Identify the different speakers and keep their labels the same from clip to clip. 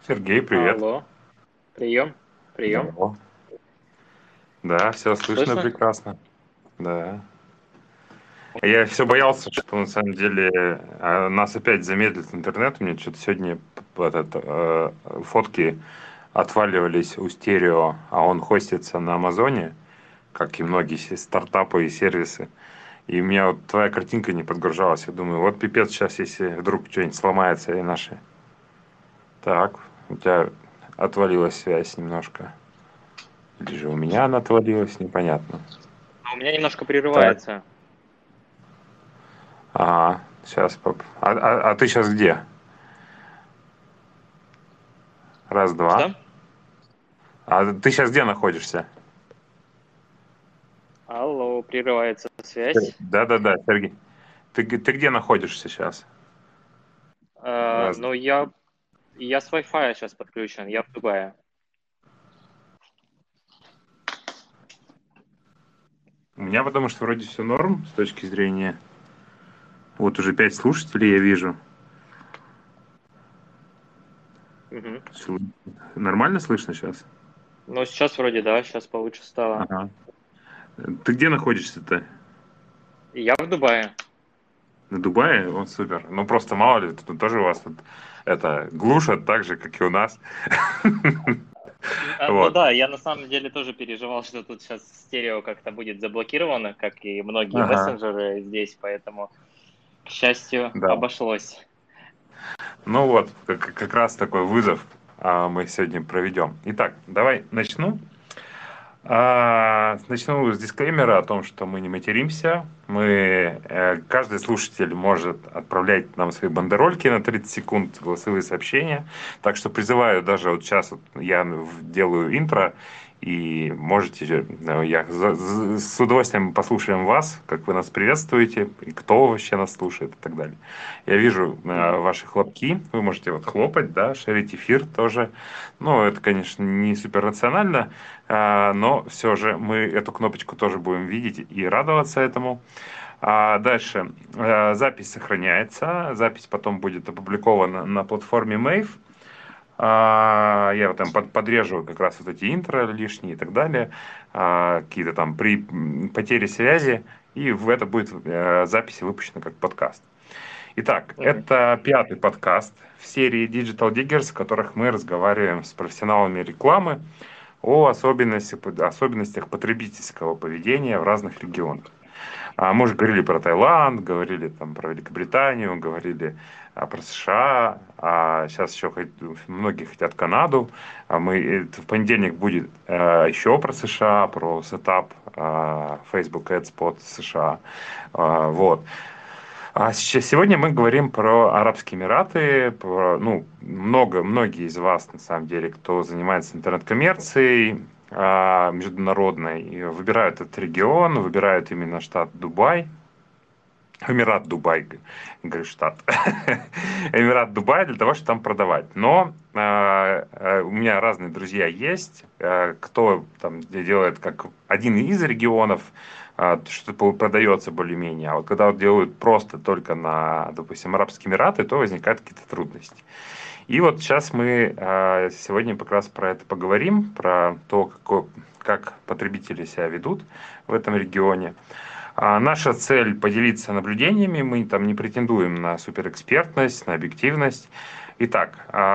Speaker 1: Сергей, привет.
Speaker 2: Алло, прием, прием.
Speaker 1: Здорово. Да, все слышно
Speaker 2: Слышно?
Speaker 1: прекрасно. Да. Я все боялся, что на самом деле нас опять замедлит интернет. У меня что-то сегодня фотки отваливались у стерео, а он хостится на Амазоне, как и многие стартапы и сервисы. И у меня вот твоя картинка не подгружалась. Я думаю, вот пипец сейчас, если вдруг что-нибудь сломается и наши. Так, у тебя отвалилась связь немножко. Или же у меня она отвалилась, непонятно.
Speaker 2: У меня немножко
Speaker 1: Так.
Speaker 2: прерывается.
Speaker 1: Ага, сейчас. А ты сейчас где? Раз, два.
Speaker 2: Что?
Speaker 1: А ты сейчас где находишься?
Speaker 2: Алло, прерывается связь.
Speaker 1: Да-да-да, Сергей. Ты где находишься сейчас? Раз.
Speaker 2: Ну, я с Wi-Fi сейчас подключен, я в Дубае.
Speaker 1: У меня потому что вроде все норм с точки зрения. Вот уже 5 слушателей я вижу.
Speaker 2: Мгм.
Speaker 1: Нормально слышно сейчас?
Speaker 2: Ну, сейчас вроде да, сейчас получше стало.
Speaker 1: Ага. Ты где находишься-то?
Speaker 2: Я в Дубае.
Speaker 1: На Дубае? Вот супер. Ну просто мало ли, тут тоже у вас тут это глушат так же, как и у нас.
Speaker 2: Ну
Speaker 1: Вот.
Speaker 2: да, я на самом деле тоже переживал, что тут сейчас стерео как-то будет заблокировано, как и многие
Speaker 1: Ага.
Speaker 2: мессенджеры здесь, поэтому, к счастью,
Speaker 1: Да.
Speaker 2: обошлось.
Speaker 1: Ну вот, как раз такой вызов мы сегодня проведем. Итак, давай начну. Начну с дисклеймера о том, что мы не материмся. Каждый слушатель может отправлять нам свои бандерольки на 30 секунд, голосовые сообщения. Так что призываю, даже вот сейчас вот я делаю интро, и можете, с удовольствием послушаем вас, как вы нас приветствуете, и кто вообще нас слушает и так далее. Я вижу
Speaker 2: Мгм.
Speaker 1: ваши хлопки, вы можете вот хлопать, да, шерить эфир тоже. Ну, это, конечно, не супер рационально, но все же мы эту кнопочку тоже будем видеть и радоваться этому. Дальше запись сохраняется, запись потом будет опубликована на платформе Mave. Я вот там подрежу как раз вот эти интро лишние и так далее, какие-то там при потере связи, и в это будет запись выпущена как подкаст. Итак,
Speaker 2: Мгм.
Speaker 1: это пятый подкаст в серии Digital Diggers, в которых мы разговариваем с профессионалами рекламы о особенностях потребительского поведения в разных регионах. Мы уже говорили про Таиланд, говорили там про Великобританию, говорили про США, а сейчас еще многие хотят Канаду. В понедельник будет еще про США, про сетап Facebook Ads под США. Вот. Сегодня мы говорим про Арабские Эмираты, многие из вас, на самом деле, кто занимается интернет-коммерцией международной, выбирают этот регион, выбирают именно штат Дубай, Эмират Дубай, говорю, штат. Эмират Дубай для того, чтобы там продавать. Но у меня разные друзья есть, кто там делает как один из регионов, что продается более-менее. А вот когда вот делают просто только на, допустим, Арабские Эмираты, то возникают какие-то трудности. И вот сейчас мы сегодня как раз про это поговорим, про то, как потребители себя ведут в этом регионе. Наша цель поделиться наблюдениями, мы там не претендуем на суперэкспертность, на объективность. Итак,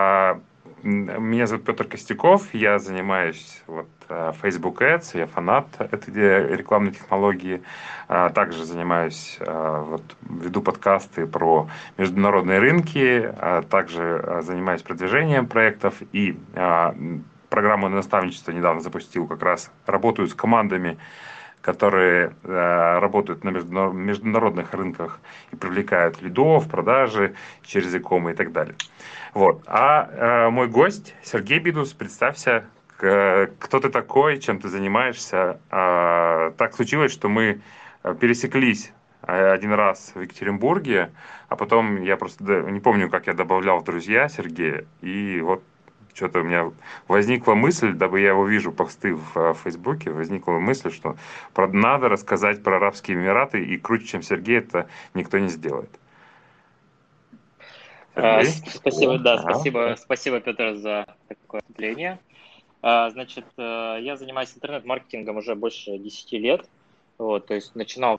Speaker 1: меня зовут Петр Костяков, я занимаюсь Facebook Ads, я фанат этой рекламной технологии. Также занимаюсь, веду подкасты про международные рынки, также занимаюсь продвижением проектов и программу наставничества недавно запустил, как раз работаю с командами, которые работают на международных рынках и привлекают лидов, продажи через e и так далее. Вот. Мой гость Сергей Бидус, представься, кто ты такой, чем ты занимаешься. Так случилось, что мы пересеклись один раз в Екатеринбурге, а потом я просто не помню, как я добавлял в друзья Сергея, и вот что-то у меня возникла мысль, дабы я увижу посты в Фейсбуке, возникла мысль, что надо рассказать про Арабские Эмираты, и круче, чем Сергей, это никто не сделает. Сергей?
Speaker 2: Спасибо,
Speaker 1: О,
Speaker 2: да,
Speaker 1: ага.
Speaker 2: спасибо, Петр, за такое вступление. Значит, я занимаюсь интернет-маркетингом уже больше 10 лет. Вот, то есть начинал,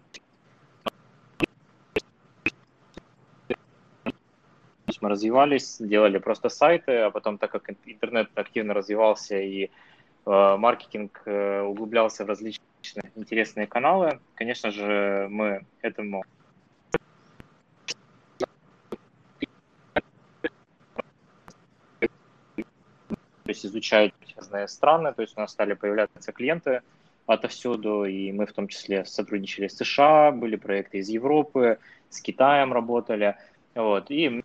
Speaker 2: мы развивались, делали просто сайты, а потом, так как интернет активно развивался и маркетинг углублялся в различные интересные каналы, конечно же, мы этому то есть изучать разные страны, то есть у нас стали появляться клиенты отовсюду, и мы в том числе сотрудничали с США, были проекты из Европы, с Китаем работали, вот, и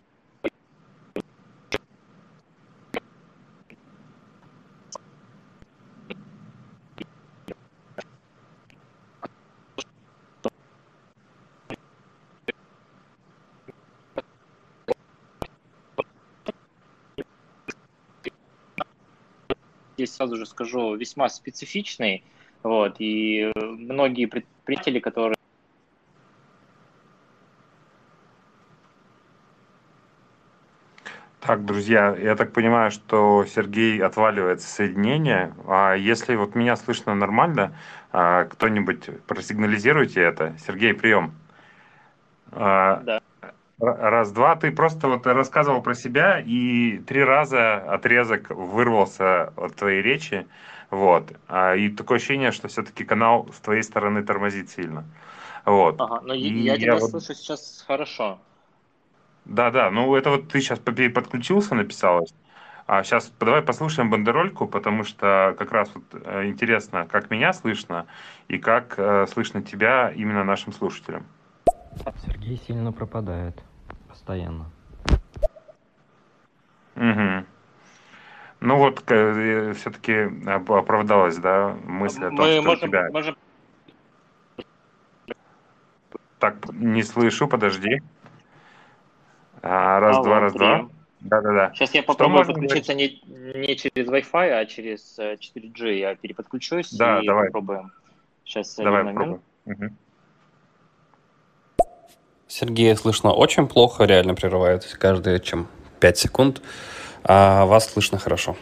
Speaker 2: здесь сразу же скажу, весьма специфичный, вот, и многие предприниматели, которые
Speaker 1: Так, друзья, я так понимаю, что Сергей отваливается соединение. А если вот меня слышно нормально, кто-нибудь просигнализируйте это. Сергей, прием. А,
Speaker 2: да,
Speaker 1: Раз, два. Ты просто вот рассказывал про себя, и 3 раза отрезок вырвался от твоей речи. Вот. И такое ощущение, что все-таки канал с твоей стороны тормозит сильно. Вот.
Speaker 2: ага, но
Speaker 1: И
Speaker 2: я
Speaker 1: я
Speaker 2: тебя
Speaker 1: вот
Speaker 2: слышу сейчас хорошо.
Speaker 1: да, ну это вот ты сейчас подключился, написалось. А сейчас давай послушаем бандерольку, потому что как раз вот интересно, как меня слышно и как слышно тебя именно нашим слушателям.
Speaker 3: Сергей сильно пропадает. Постоянно.
Speaker 1: Мгм. Ну вот все-таки оправдалась, да, мысль о том,
Speaker 2: Мы
Speaker 1: что у
Speaker 2: можем,
Speaker 1: тебя
Speaker 2: можем
Speaker 1: так не слышу, подожди. Раз, два,
Speaker 2: алло,
Speaker 1: раз, два.
Speaker 2: прием.
Speaker 1: Да.
Speaker 2: Сейчас я
Speaker 1: Что
Speaker 2: попробую
Speaker 1: можно говорить?
Speaker 2: подключиться не через Wi-Fi, а через 4G. Я переподключусь
Speaker 1: Да,
Speaker 2: и
Speaker 1: давай,
Speaker 2: попробуем. Сейчас один
Speaker 1: давай
Speaker 2: момент.
Speaker 1: попробуем. Мгм.
Speaker 4: Сергея слышно очень плохо, реально прерывается каждые 5 секунд, а вас слышно хорошо.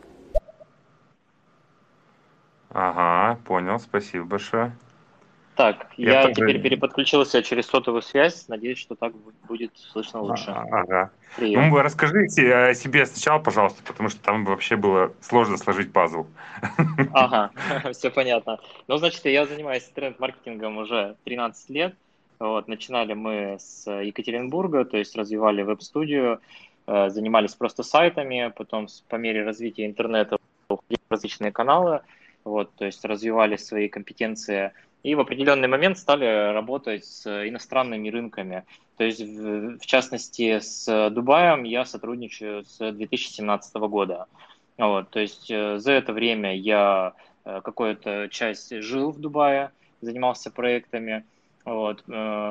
Speaker 1: Ага, понял, спасибо большое.
Speaker 2: Так,
Speaker 1: Я
Speaker 2: я теперь
Speaker 1: тоже.
Speaker 2: переподключился через сотовую связь. Надеюсь, что так будет слышно лучше.
Speaker 1: Ага.
Speaker 2: Прием.
Speaker 1: Ну, расскажи о себе сначала, пожалуйста, потому что там вообще было сложно сложить пазл.
Speaker 2: Ага, все понятно. Ну, значит, я занимаюсь интернет-маркетингом уже 13 лет. Вот, начинали мы с Екатеринбурга, то есть развивали веб-студию, занимались просто сайтами, потом по мере развития интернета уходили в различные каналы, вот, то есть развивали свои компетенции и в определенный момент стали работать с иностранными рынками. То есть, в частности, с Дубаем я сотрудничаю с 2017 года. Вот, то есть за это время я какую-то часть жил в Дубае, занимался проектами. Вот,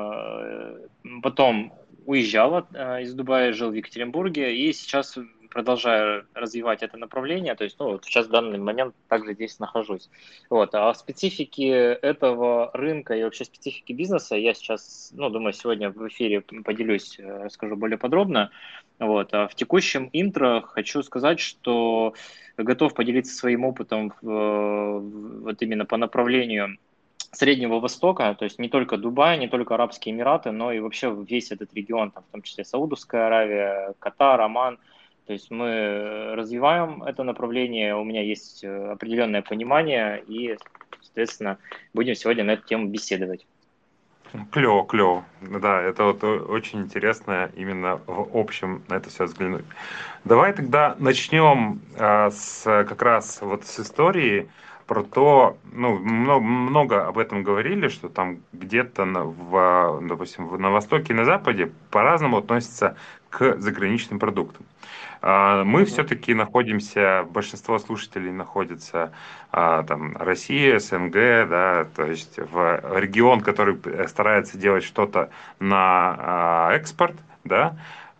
Speaker 2: потом уезжал из Дубая, жил в Екатеринбурге и сейчас продолжаю развивать это направление. То есть, ну, вот сейчас в данный момент также здесь нахожусь. Вот, а о специфике этого рынка и вообще специфике бизнеса я сейчас, ну, думаю, сегодня в эфире поделюсь, расскажу более подробно. Вот, а в текущем интро хочу сказать, что готов поделиться своим опытом вот именно по направлению Среднего Востока, то есть не только Дубай, не только Арабские Эмираты, но и вообще весь этот регион, там, в том числе Саудовская Аравия, Катар, Оман. То есть мы развиваем это направление, у меня есть определенное понимание, и, соответственно, будем сегодня на эту тему беседовать.
Speaker 1: Клево, клево. Да, это вот очень интересно именно в общем на это все взглянуть. Давай тогда начнем как раз вот с истории про то, ну, много об этом говорили, что там где-то, допустим, на Востоке и на Западе по-разному относятся к заграничным продуктам. Мы
Speaker 2: Мгм.
Speaker 1: все-таки находимся, большинство слушателей находится там Россия, СНГ, да, то есть в регион, который старается делать что-то на экспорт, да,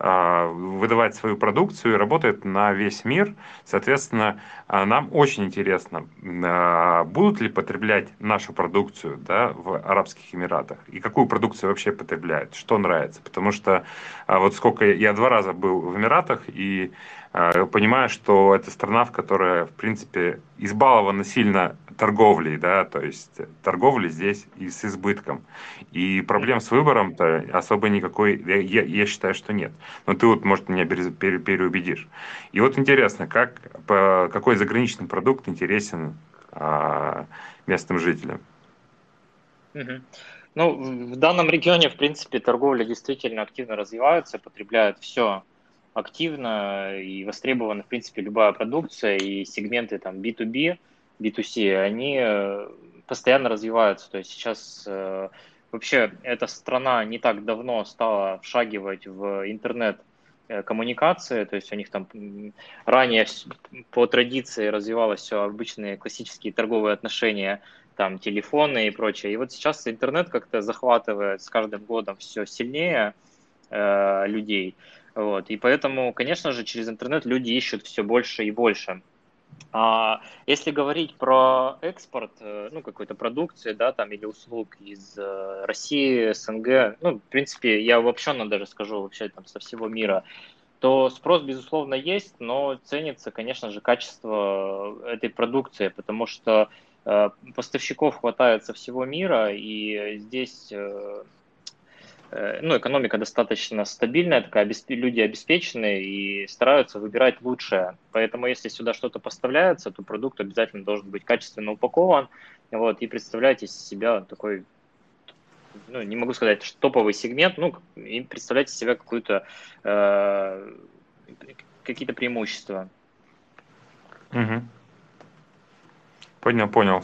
Speaker 1: выдавать свою продукцию и работает на весь мир. Соответственно, нам очень интересно, будут ли потреблять нашу продукцию, да, в Арабских Эмиратах и какую продукцию вообще потребляют, что нравится. Потому что вот сколько я 2 раза был в Эмиратах и понимаю, что это страна, в которой, в принципе, избалована сильно торговлей, да, то есть торговли здесь и с избытком. И проблем с выбором-то особо никакой, я считаю, что нет. Но ты вот, может, меня переубедишь. И вот интересно, какой заграничный продукт интересен местным жителям?
Speaker 2: Мгм. Ну, в данном регионе, в принципе, торговля действительно активно развивается, потребляют все активно и востребована, в принципе, любая продукция, и сегменты там B2B, B2C, они постоянно развиваются. То есть сейчас вообще эта страна не так давно стала вшагивать в интернет коммуникации, то есть у них там ранее по традиции развивалось все обычные классические торговые отношения, там телефоны и прочее. И вот сейчас интернет как-то захватывает с каждым годом все сильнее людей. Вот. И поэтому, конечно же, через интернет люди ищут все больше и больше. А если говорить про экспорт, ну, какой-то продукции, да, там, или услуг из России, СНГ, ну, в принципе, я обобщенно даже скажу, вообще там со всего мира, то спрос, безусловно, есть, но ценится, конечно же, качество этой продукции, потому что поставщиков хватает со всего мира, и здесь ну, экономика достаточно стабильная, такая, люди обеспеченные и стараются выбирать лучшее. Поэтому если сюда что-то поставляется, то продукт обязательно должен быть качественно упакован, вот, и представлять из себя такой, ну, не могу сказать, что топовый сегмент, ну, и представлять из себя э, какие-то преимущества.
Speaker 1: Мгм. Понял, понял.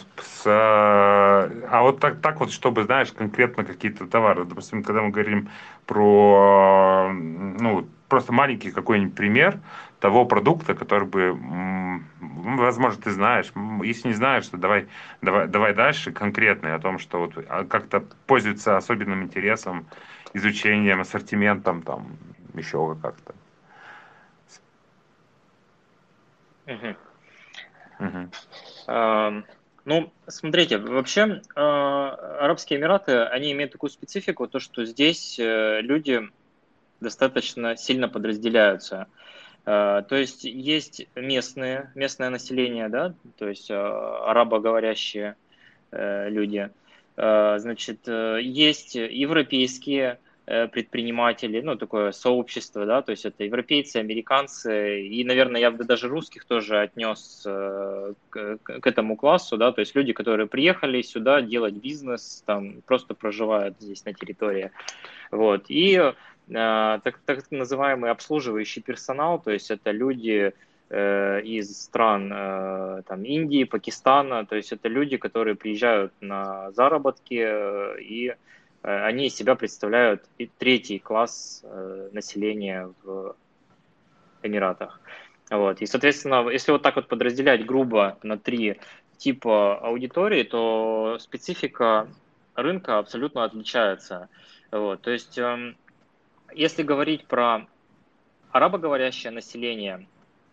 Speaker 1: А вот так вот, чтобы, знаешь, конкретно какие-то товары, допустим, когда мы говорим про, ну, просто маленький какой-нибудь пример того продукта, который бы, возможно, ты знаешь. Если не знаешь, то давай дальше конкретный о том, что вот как-то пользуется особенным интересом, изучением, ассортиментом, там, еще как-то.
Speaker 2: Мгм.
Speaker 1: Мгм.
Speaker 2: Ну, смотрите, вообще Арабские Эмираты, они имеют такую специфику, то, что здесь люди достаточно сильно подразделяются. То есть есть местное население, да, то есть арабоговорящие люди. Значит, есть европейские предприниматели, ну, такое сообщество, да, то есть это европейцы, американцы, и, наверное, я бы даже русских тоже отнес к этому классу, да, то есть люди, которые приехали сюда делать бизнес, там, просто проживают здесь на территории, вот, и так называемый обслуживающий персонал, то есть это люди из стран там, Индии, Пакистана, то есть это люди, которые приезжают на заработки, и они из себя представляют и третий класс населения в Эмиратах. Вот. И, соответственно, если вот так вот подразделять грубо на 3 типа аудитории, то специфика рынка абсолютно отличается. Вот. То есть, если говорить про арабоговорящее население,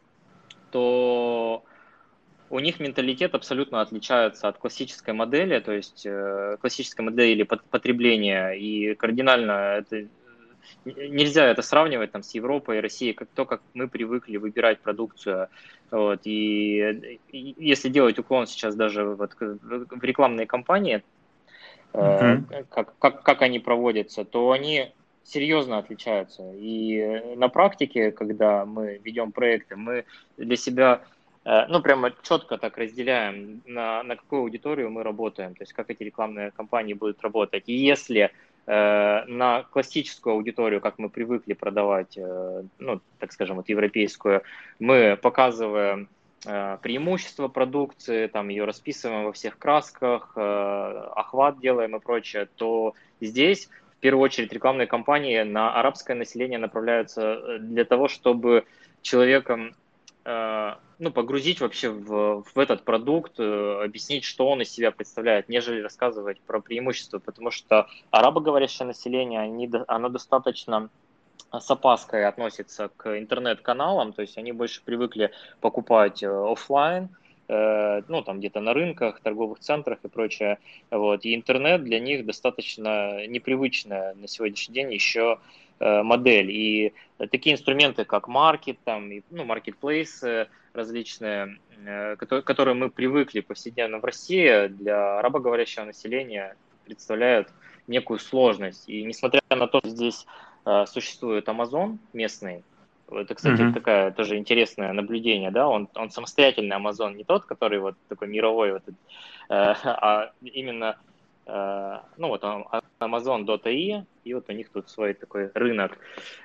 Speaker 2: то у них менталитет абсолютно отличается от классической модели, то есть классической модели потребления, и кардинально нельзя это сравнивать там, с Европой и Россией, как то, как мы привыкли выбирать продукцию. Вот, и если делать уклон сейчас даже вот в рекламные кампании,
Speaker 1: Мгм.
Speaker 2: как они проводятся, то они серьезно отличаются. И на практике, когда мы ведем проекты, мы для себя ну, прямо четко так разделяем, на какую аудиторию мы работаем, то есть как эти рекламные кампании будут работать. И если на классическую аудиторию, как мы привыкли продавать, ну, так скажем, вот европейскую, мы показываем преимущества продукции, там ее расписываем во всех красках, охват делаем и прочее, то здесь в первую очередь рекламные кампании на арабское население направляются для того, чтобы человеком ну, погрузить вообще в этот продукт, объяснить, что он из себя представляет, нежели рассказывать про преимущества, потому что арабоговорящее население, оно достаточно с опаской относятся к интернет-каналам, то есть они больше привыкли покупать оффлайн, ну, там где-то на рынках, торговых центрах и прочее. Вот. И интернет для них достаточно непривычная на сегодняшний день еще модель. И такие инструменты, как маркет, там, ну, маркетплейсы различные, которые мы привыкли повседневно в России, для арабоговорящего населения представляют некую сложность. И несмотря на то, что здесь существует Amazon местный. Это, кстати,
Speaker 1: Мгм.
Speaker 2: такая тоже интересное наблюдение, да, он самостоятельный Amazon, не тот, который вот такой мировой, вот, а именно, ну вот Amazon.ai, и вот у них тут свой такой рынок.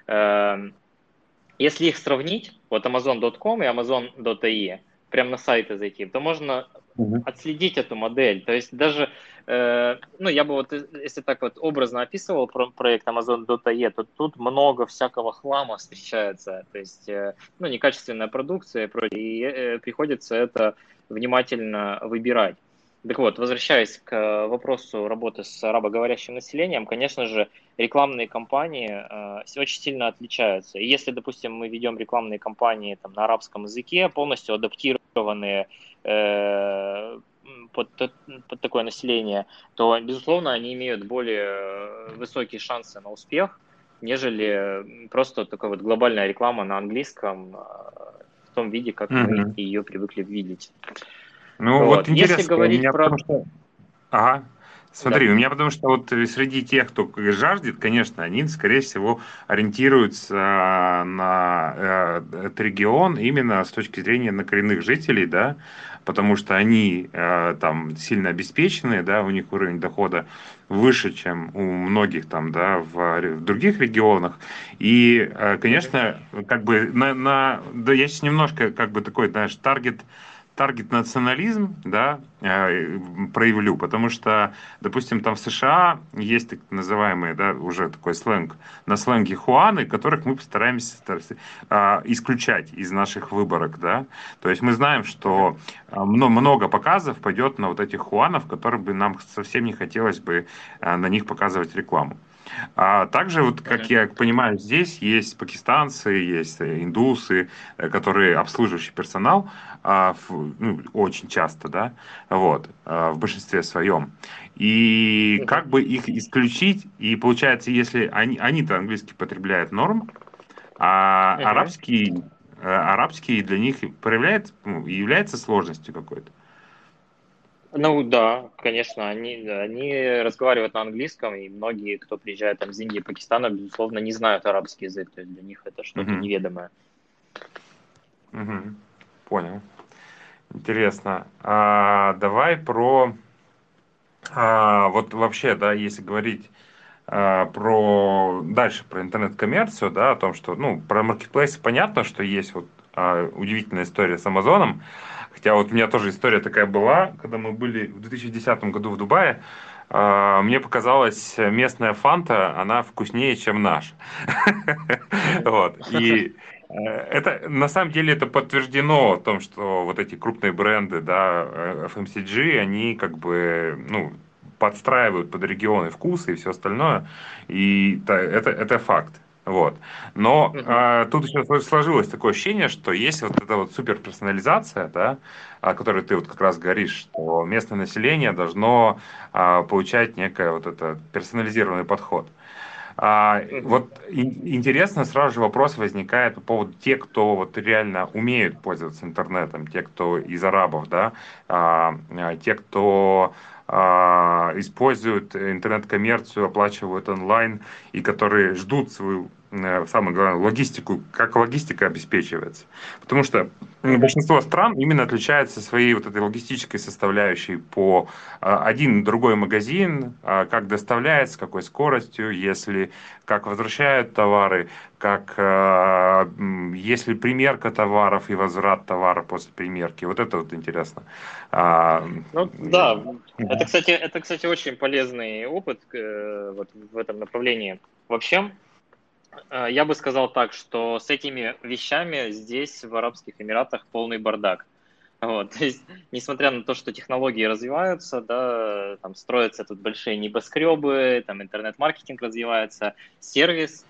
Speaker 2: Если их сравнить, вот Amazon.com и Amazon.ai, прямо на сайты зайти, то можно
Speaker 1: Мгм.
Speaker 2: отследить эту модель. То есть даже, ну, я бы вот, если так вот образно описывал проект Amazon.ai, то тут много всякого хлама встречается. То есть, ну, некачественная продукция и прочее, и приходится это внимательно выбирать. Так вот, возвращаясь к вопросу работы с арабоговорящим населением, конечно же, рекламные кампании очень сильно отличаются. И если, допустим, мы ведем рекламные кампании там, на арабском языке, полностью адаптированные под такое население, то, безусловно, они имеют более высокие шансы на успех, нежели просто такая вот глобальная реклама на английском в том виде, как мы
Speaker 1: Мгм.
Speaker 2: ее привыкли видеть.
Speaker 1: Ну вот
Speaker 2: Вот. Если
Speaker 1: интересно, у
Speaker 2: говорить
Speaker 1: меня
Speaker 2: про...
Speaker 1: потому что... Ага.
Speaker 2: Да.
Speaker 1: Смотри, у меня потому что вот среди тех, кто жаждет, конечно, они, скорее всего, ориентируются на этот регион именно с точки зрения на коренных жителей, да, потому что они там сильно обеспечены, да, у них уровень дохода выше, чем у многих там, да, в других регионах. И,
Speaker 2: Мгм.
Speaker 1: конечно, как бы да, я сейчас немножко как бы такой, знаешь, таргет национализм, да, проявлю, потому что, допустим, там в США есть так называемые, да, уже такой сленг, на сленге хуаны, которых мы постараемся исключать из наших выборок, да. То есть мы знаем,
Speaker 2: Мгм.
Speaker 1: что много показов пойдет на вот этих хуанов, которым бы нам совсем не хотелось бы на них показывать рекламу. А также, вот, как
Speaker 2: Мгм.
Speaker 1: я понимаю, здесь есть пакистанцы, есть индусы, которые обслуживающий персонал, ну, очень часто, да, вот, в большинстве своем. И
Speaker 2: Мгм.
Speaker 1: как бы их исключить, и получается, если они-то английский потребляют норм, а
Speaker 2: Мгм.
Speaker 1: арабский для них проявляет, ну, является сложностью какой-то.
Speaker 2: Ну да, конечно, они разговаривают на английском, и многие, кто приезжает там из Индии и Пакистана, безусловно, не знают арабский язык, то есть для них это что-то
Speaker 1: Мгм.
Speaker 2: неведомое.
Speaker 1: Мгм. Понял. Интересно. Давай вот вообще, да, если говорить дальше про интернет-коммерцию, да, о том, что, ну, про маркетплейсы понятно, что есть вот удивительная история с Амазоном. Хотя вот у меня тоже история такая была, когда мы были в 2010 году в Дубае. Мне показалось, местная фанта, она вкуснее, чем наша.
Speaker 2: Мгм.
Speaker 1: Вот. И это на самом деле это подтверждено в том, что вот эти крупные бренды, да, FMCG, они как бы, ну, подстраивают под регионы вкусы и все остальное. И это факт. Вот. Но
Speaker 2: Мгм.
Speaker 1: тут еще сложилось такое ощущение, что есть вот эта вот суперперсонализация, да, о которой ты вот как раз говоришь, что местное население должно получать некое вот это персонализированный подход.
Speaker 2: Мгм.
Speaker 1: Вот интересно, сразу же вопрос возникает по поводу тех, кто вот реально умеют пользоваться интернетом, те, кто из арабов, да, те, кто используют интернет-коммерцию, оплачивают онлайн и которые ждут свою, самое главное, логистику, как логистика обеспечивается. Потому что
Speaker 2: Мгм.
Speaker 1: большинство стран именно отличается своей вот этой логистической составляющей по один другой магазин, как доставляет, с какой скоростью, если как возвращают товары, как есть ли примерка товаров и возврат товара после примерки. Вот это вот интересно. А,
Speaker 2: Ну да, это, кстати, очень полезный опыт вот в этом направлении. Вообще, я бы сказал так, что с этими вещами здесь, в Арабских Эмиратах, полный бардак. Вот, то есть, несмотря на то, что технологии развиваются, да, там строятся тут большие небоскребы, там интернет-маркетинг развивается, сервис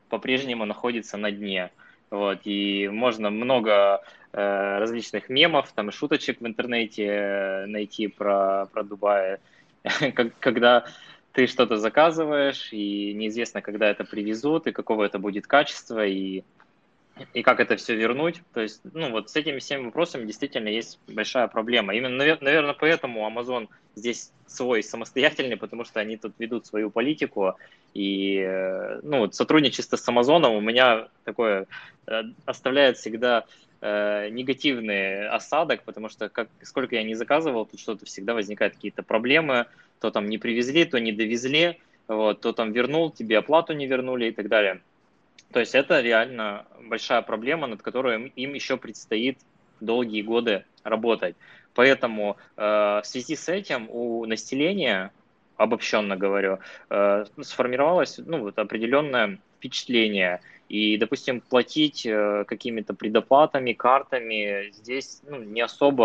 Speaker 2: по-прежнему находится на дне. Вот, и можно много различных мемов, там, и шуточек в интернете найти про Дубай, когда ты что-то заказываешь, и неизвестно, когда это привезут, и какого это будет качества, и как это все вернуть. То есть, ну, вот с этими всеми вопросами действительно есть большая проблема. Именно, наверное, поэтому Amazon здесь свой самостоятельный, потому что они тут ведут свою политику. И, ну, вот сотрудничество с Amazon у меня такое оставляет всегда негативный осадок, потому что сколько я не заказывал, тут что-то всегда возникают какие-то проблемы, то там не привезли, то не довезли, вот, то там вернул, тебе оплату не вернули и так далее. То есть это реально большая проблема, над которой им еще предстоит долгие годы работать. Поэтому в связи с этим у населения, обобщенно говорю, сформировалось, ну, вот определенное впечатление. И, допустим, платить какими-то предоплатами, картами здесь, ну, не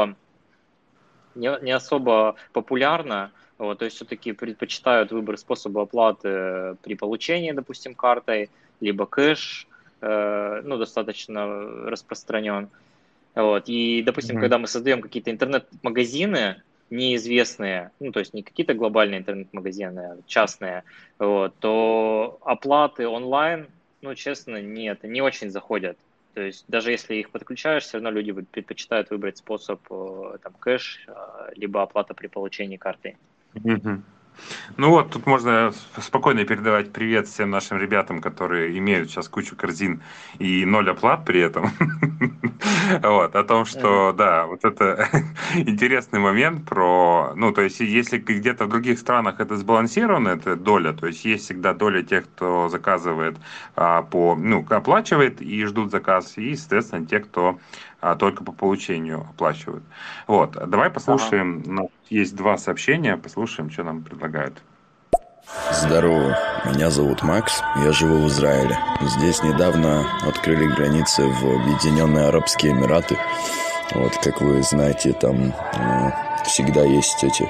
Speaker 2: особо популярно. Вот, то есть все-таки предпочитают выбор способа оплаты при получении, допустим, картой, либо кэш, ну, достаточно распространен. Вот, и, допустим, когда мы создаем какие-то интернет-магазины неизвестные, ну, то есть не какие-то глобальные интернет-магазины, а частные, вот, то оплаты онлайн, ну, честно, нет, не очень заходят. То есть даже если их подключаешь, все равно люди предпочитают выбрать способ там, кэш, либо оплата при получении карты.
Speaker 1: Мгм. Ну вот, тут можно спокойно передавать привет всем нашим ребятам, которые имеют сейчас кучу корзин и 0 оплат при этом. Вот, о том, что, да, вот это интересный момент про, ну, то есть, если где-то в других странах это сбалансировано, это доля, то есть, есть всегда доля тех, кто заказывает ну, оплачивает и ждут заказ, и, соответственно, те, кто только по получению оплачивают. Вот, давай послушаем, у нас есть 2 сообщения, послушаем, что нам предлагают.
Speaker 5: Здорово, меня зовут Макс, я живу в Израиле. Здесь недавно открыли границы в Объединенные Арабские Эмираты. Вот, как вы знаете, там всегда есть эти,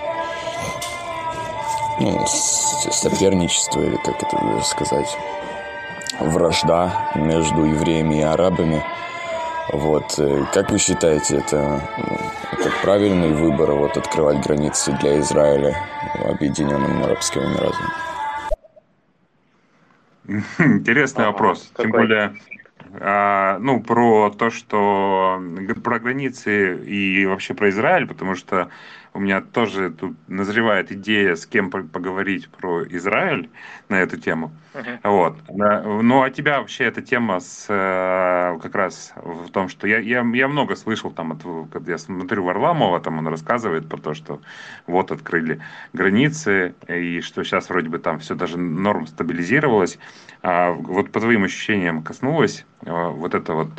Speaker 5: ну, соперничество, или как это сказать, вражда между евреями и арабами. Вот, как вы считаете, это правильный выбор, вот, открывать границы для Израиля Объединенным Арабским Эмиратам?
Speaker 1: Интересный вопрос. Тем более, ну, про то, что про границы и вообще про Израиль, потому что у меня тоже тут назревает идея, с кем поговорить про Израиль на эту тему. Вот. Ну, а тебя вообще эта тема как раз в том, что я много слышал, там, когда я смотрю Варламова, там он рассказывает про то, что вот открыли границы, и что сейчас вроде бы там все даже норм стабилизировалось. Вот по твоим ощущениям коснулось вот это вот,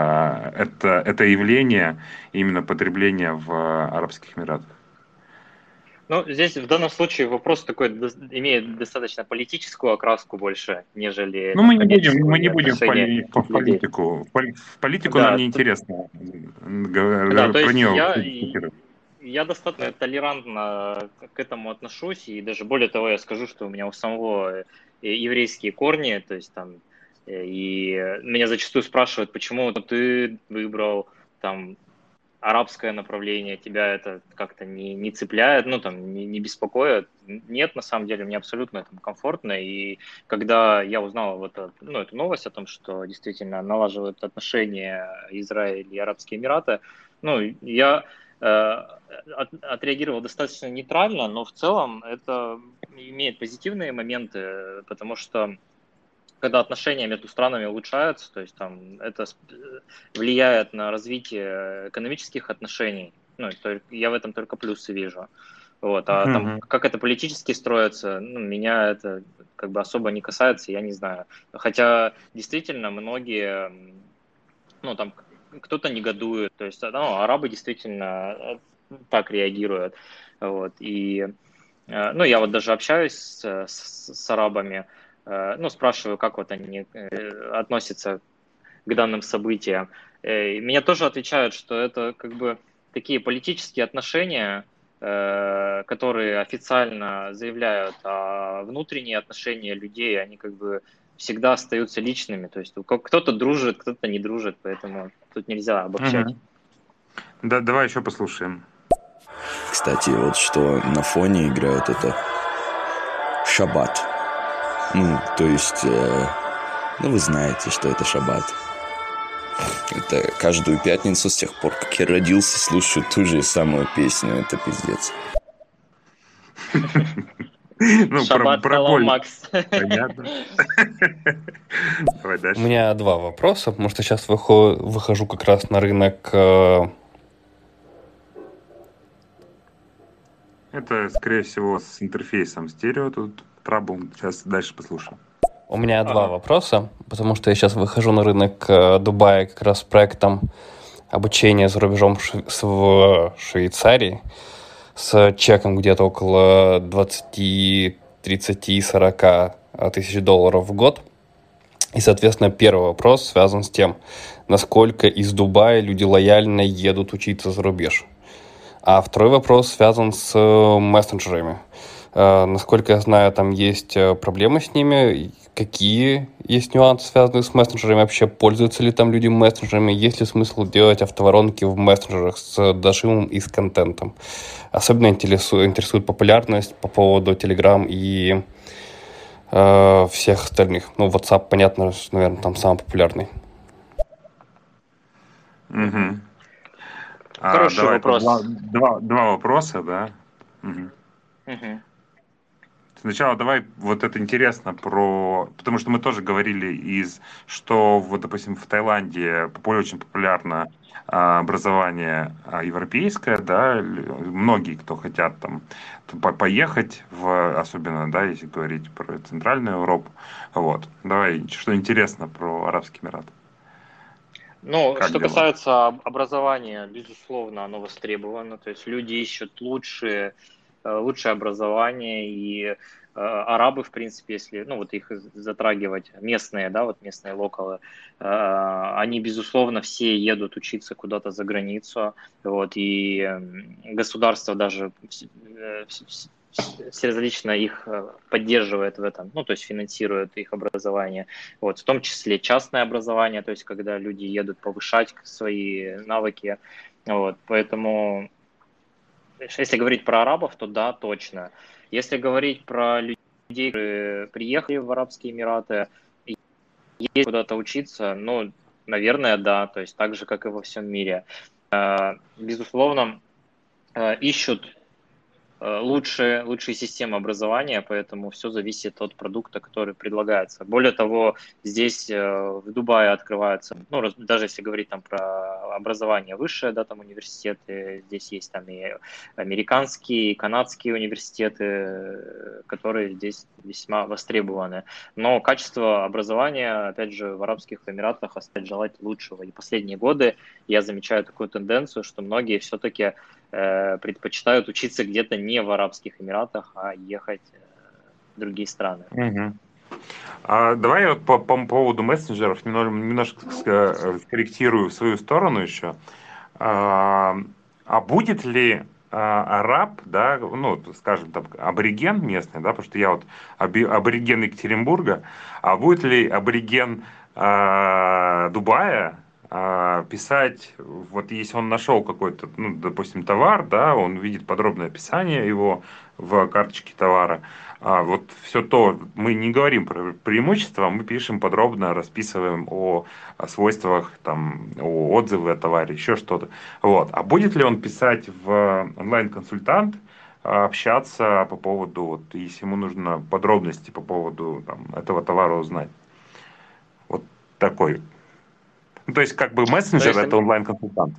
Speaker 1: это явление именно потребления в Арабских Эмиратах?
Speaker 2: Ну, здесь в данном случае вопрос такой имеет достаточно политическую окраску больше, нежели
Speaker 1: Ну,
Speaker 2: там,
Speaker 1: мы не
Speaker 2: коммерческую
Speaker 1: будем в
Speaker 2: людей.
Speaker 1: политику. В политику нам
Speaker 2: Да,
Speaker 1: не интересно
Speaker 2: да, то
Speaker 1: про
Speaker 2: есть
Speaker 1: нее дискутировать.
Speaker 2: я достаточно толерантно к этому отношусь, и даже более того, я скажу, что у меня у самого еврейские корни, то есть там, и меня зачастую спрашивают, почему ты выбрал там арабское направление, тебя это как-то не цепляет, ну, там, не беспокоит. Нет, на самом деле, мне абсолютно это комфортно. И когда я узнал вот эту новость о том, что действительно налаживают отношения Израиль и Арабские Эмираты, ну, я отреагировал достаточно нейтрально, но в целом это имеет позитивные моменты, потому что когда отношения между странами улучшаются, то есть там это влияет на развитие экономических отношений, ну, я в этом только плюсы вижу. Вот, а там как это политически строится, ну, меня это как бы особо не касается, я не знаю. Хотя действительно многие, ну, там кто-то негодует, то есть ну, арабы действительно так реагируют. Вот, и ну, я вот даже общаюсь с арабами, ну, спрашиваю, как вот они относятся к данным событиям. И меня тоже отвечают, что это как бы такие политические отношения, которые официально заявляют, а внутренние отношения людей, они как бы всегда остаются личными. То есть кто-то дружит, кто-то не дружит, поэтому тут нельзя обобщать.
Speaker 1: Да, давай еще послушаем.
Speaker 5: Кстати, вот что на фоне играют, это шаббат. Ну, то есть, вы знаете, что это шаббат. Это каждую пятницу с тех пор, как я родился, слушаю ту же самую песню. Это пиздец.
Speaker 1: Ну,
Speaker 2: Шаббат
Speaker 1: про
Speaker 2: Hello,
Speaker 1: боль.
Speaker 2: Макс.
Speaker 1: Понятно. Давай
Speaker 4: У
Speaker 1: дальше.
Speaker 4: меня два вопроса, потому что сейчас выхожу как раз на рынок.
Speaker 1: Это, скорее всего, с интерфейсом стерео тут трабл. Сейчас дальше послушаем.
Speaker 4: У меня два
Speaker 2: Ага.
Speaker 4: вопроса, потому что я сейчас выхожу на рынок Дубая как раз с проектом обучения за рубежом в Швейцарии с чеком где-то около 20, 30, 40 тысяч долларов в год. И, соответственно, первый вопрос связан с тем, насколько из Дубая люди лояльно едут учиться за рубеж. А второй вопрос связан с мессенджерами. Насколько я знаю, там есть проблемы с ними. Какие есть нюансы, связанные с мессенджерами? Вообще, пользуются ли там люди мессенджерами? Есть ли смысл делать автоворонки в мессенджерах с дошимом и с контентом? Особенно интересует популярность по поводу Telegram и всех остальных. Ну, WhatsApp, понятно, наверное, там самый популярный.
Speaker 1: Угу.
Speaker 2: Хороший
Speaker 1: Давай,
Speaker 2: вопрос.
Speaker 1: два вопроса, да? Угу.
Speaker 2: Мгм.
Speaker 1: Сначала давай, вот это интересно потому что мы тоже говорили что вот, допустим, в Таиланде очень популярно образование европейское, да, многие, кто хотят там поехать, особенно, да, если говорить про Центральную Европу, вот, давай, что интересно про Арабские Эмираты.
Speaker 2: Ну,
Speaker 1: Как
Speaker 2: что
Speaker 1: дела?
Speaker 2: касается образования, безусловно, оно востребовано. То есть люди ищут лучшее образование, и арабы, в принципе, если, ну, вот их затрагивать, местные, да, вот местные локалы, они, безусловно, все едут учиться куда-то за границу, вот, и государство даже всеразлично их поддерживает в этом, ну, то есть финансирует их образование, вот, в том числе частное образование, то есть когда люди едут повышать свои навыки, вот, поэтому если говорить про арабов, то да, точно. Если говорить про людей, которые приехали в Арабские Эмираты и едут куда-то учиться, ну, наверное, да, то есть так же, как и во всем мире. Безусловно, ищут лучшие системы образования, поэтому все зависит от продукта, который предлагается. Более того, здесь в Дубае открываются, ну, даже если говорить там про образование высшее, да, там университеты, здесь есть там и американские, и канадские университеты, которые здесь весьма востребованы. Но качество образования, опять же, в Арабских Эмиратах оставляет желать лучшего. И последние годы я замечаю такую тенденцию, что многие все-таки предпочитают учиться где-то не в Арабских Эмиратах, а ехать в другие страны.
Speaker 1: Угу. Давай я вот по поводу мессенджеров немножко скорректирую в свою сторону еще. Будет ли араб, да, ну, скажем так, абориген местный, да, потому что я вот абориген Екатеринбурга, а будет ли абориген Дубая писать, вот если он нашел какой-то, ну, допустим, товар, да, он видит подробное описание его в карточке товара, вот все то, мы не говорим про преимущества, мы пишем подробно, расписываем о свойствах, там, о отзывы о товаре, еще что-то. Вот. А будет ли он писать в онлайн-консультант, общаться по поводу, вот, если ему нужно подробности по поводу там, этого товара узнать? Вот такой. Ну, то есть, как бы мессенджер это онлайн-консультант.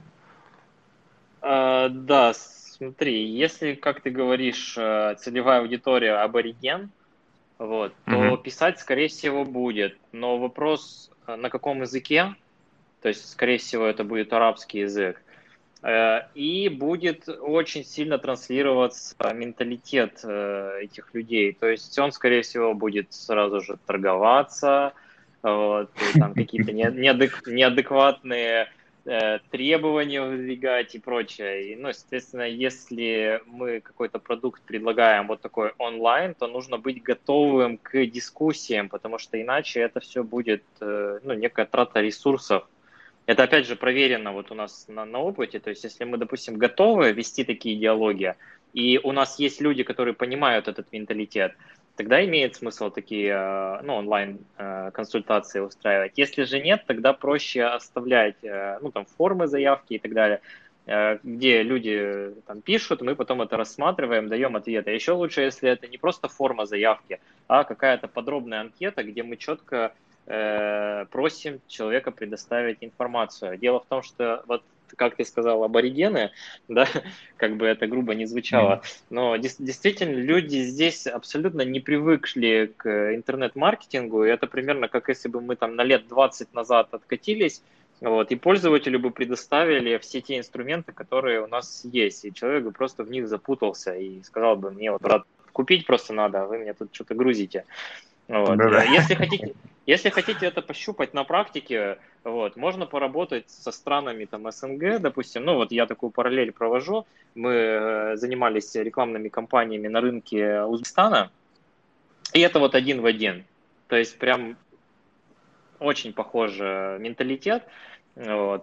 Speaker 2: Да, смотри, если, как ты говоришь, целевая аудитория абориген, вот, то писать, скорее всего, будет. Но вопрос, на каком языке, то есть, скорее всего, это будет арабский язык, и будет очень сильно транслироваться менталитет этих людей. То есть он, скорее всего, будет сразу же торговаться, вот, и там какие-то неадекватные требования выдвигать и прочее. И, ну, естественно, если мы какой-то продукт предлагаем вот такой онлайн, то нужно быть готовым к дискуссиям, потому что иначе это все будет, ну, некая трата ресурсов. Это, опять же, проверено вот у нас на опыте. То есть, если мы, допустим, готовы вести такие диалоги, и у нас есть люди, которые понимают этот менталитет, тогда имеет смысл такие, ну, онлайн-консультации устраивать. Если же нет, тогда проще оставлять, ну, там, формы заявки и так далее, где люди там пишут, мы потом это рассматриваем, даем ответы. Еще лучше, если это не просто форма заявки, а какая-то подробная анкета, где мы четко просим человека предоставить информацию. Дело в том, что вот как ты сказал, аборигены, да, как бы это грубо не звучало, но действительно люди здесь абсолютно не привыкли к интернет-маркетингу, и это примерно как если бы мы там на лет 20 назад откатились, вот, и пользователю бы предоставили все те инструменты, которые у нас есть, и человек бы просто в них запутался и сказал бы, мне вот купить просто надо, а вы мне тут что-то грузите. Вот. Если хотите это пощупать на практике, вот, можно поработать со странами там, СНГ, допустим. Ну вот я такую параллель провожу. Мы занимались рекламными кампаниями на рынке Узбекистана, и это вот один в один. То есть прям очень похожий менталитет. Вот.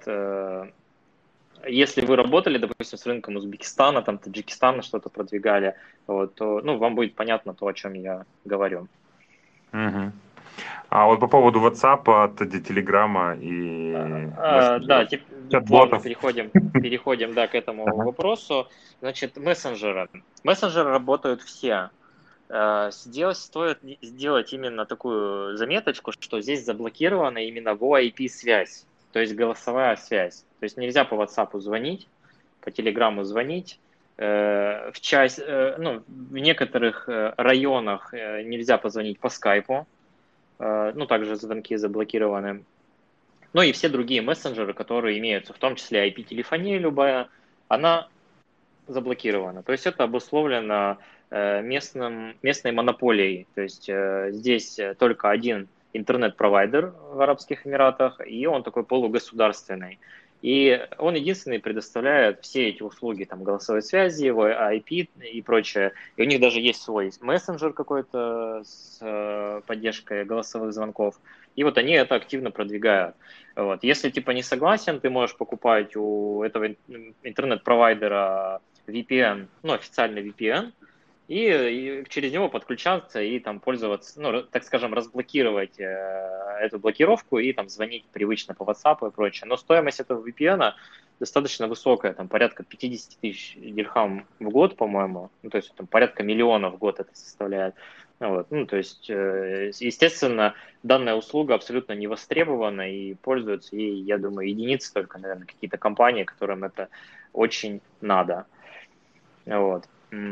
Speaker 2: Если вы работали, допустим, с рынком Узбекистана, там, Таджикистана что-то продвигали, вот, то, ну, вам будет понятно то, о чем я говорю.
Speaker 1: Угу. А вот по поводу WhatsApp, Телеграма и
Speaker 2: да, плавно переходим да, к этому вопросу. Значит, мессенджеры. Мессенджеры работают все. Стоит сделать именно такую заметочку, что здесь заблокирована именно VoIP-связь, то есть голосовая связь. То есть нельзя по WhatsApp звонить, по Телеграму звонить. В некоторых районах нельзя позвонить по скайпу, ну, также звонки заблокированы. Ну и все другие мессенджеры, которые имеются, в том числе IP-телефония любая, она заблокирована. То есть это обусловлено местной монополией. То есть здесь только один интернет-провайдер в Арабских Эмиратах, и он такой полугосударственный. И он единственный предоставляет все эти услуги, там, голосовой связи, IP и прочее. И у них даже есть свой мессенджер какой-то с поддержкой голосовых звонков. И вот они это активно продвигают. Вот. Если типа не согласен, ты можешь покупать у этого интернет-провайдера VPN, ну, официальный VPN, и через него подключаться и там пользоваться, ну, так скажем, разблокировать эту блокировку и там звонить привычно по WhatsApp и прочее. Но стоимость этого VPN достаточно высокая, там порядка 50 тысяч дирхам в год, по-моему, ну, то есть там порядка миллиона в год это составляет. Вот. Ну, то есть, естественно, данная услуга абсолютно не востребована и пользуются ей, я думаю, единицы только, наверное, какие-то компании, которым это очень надо. Вот.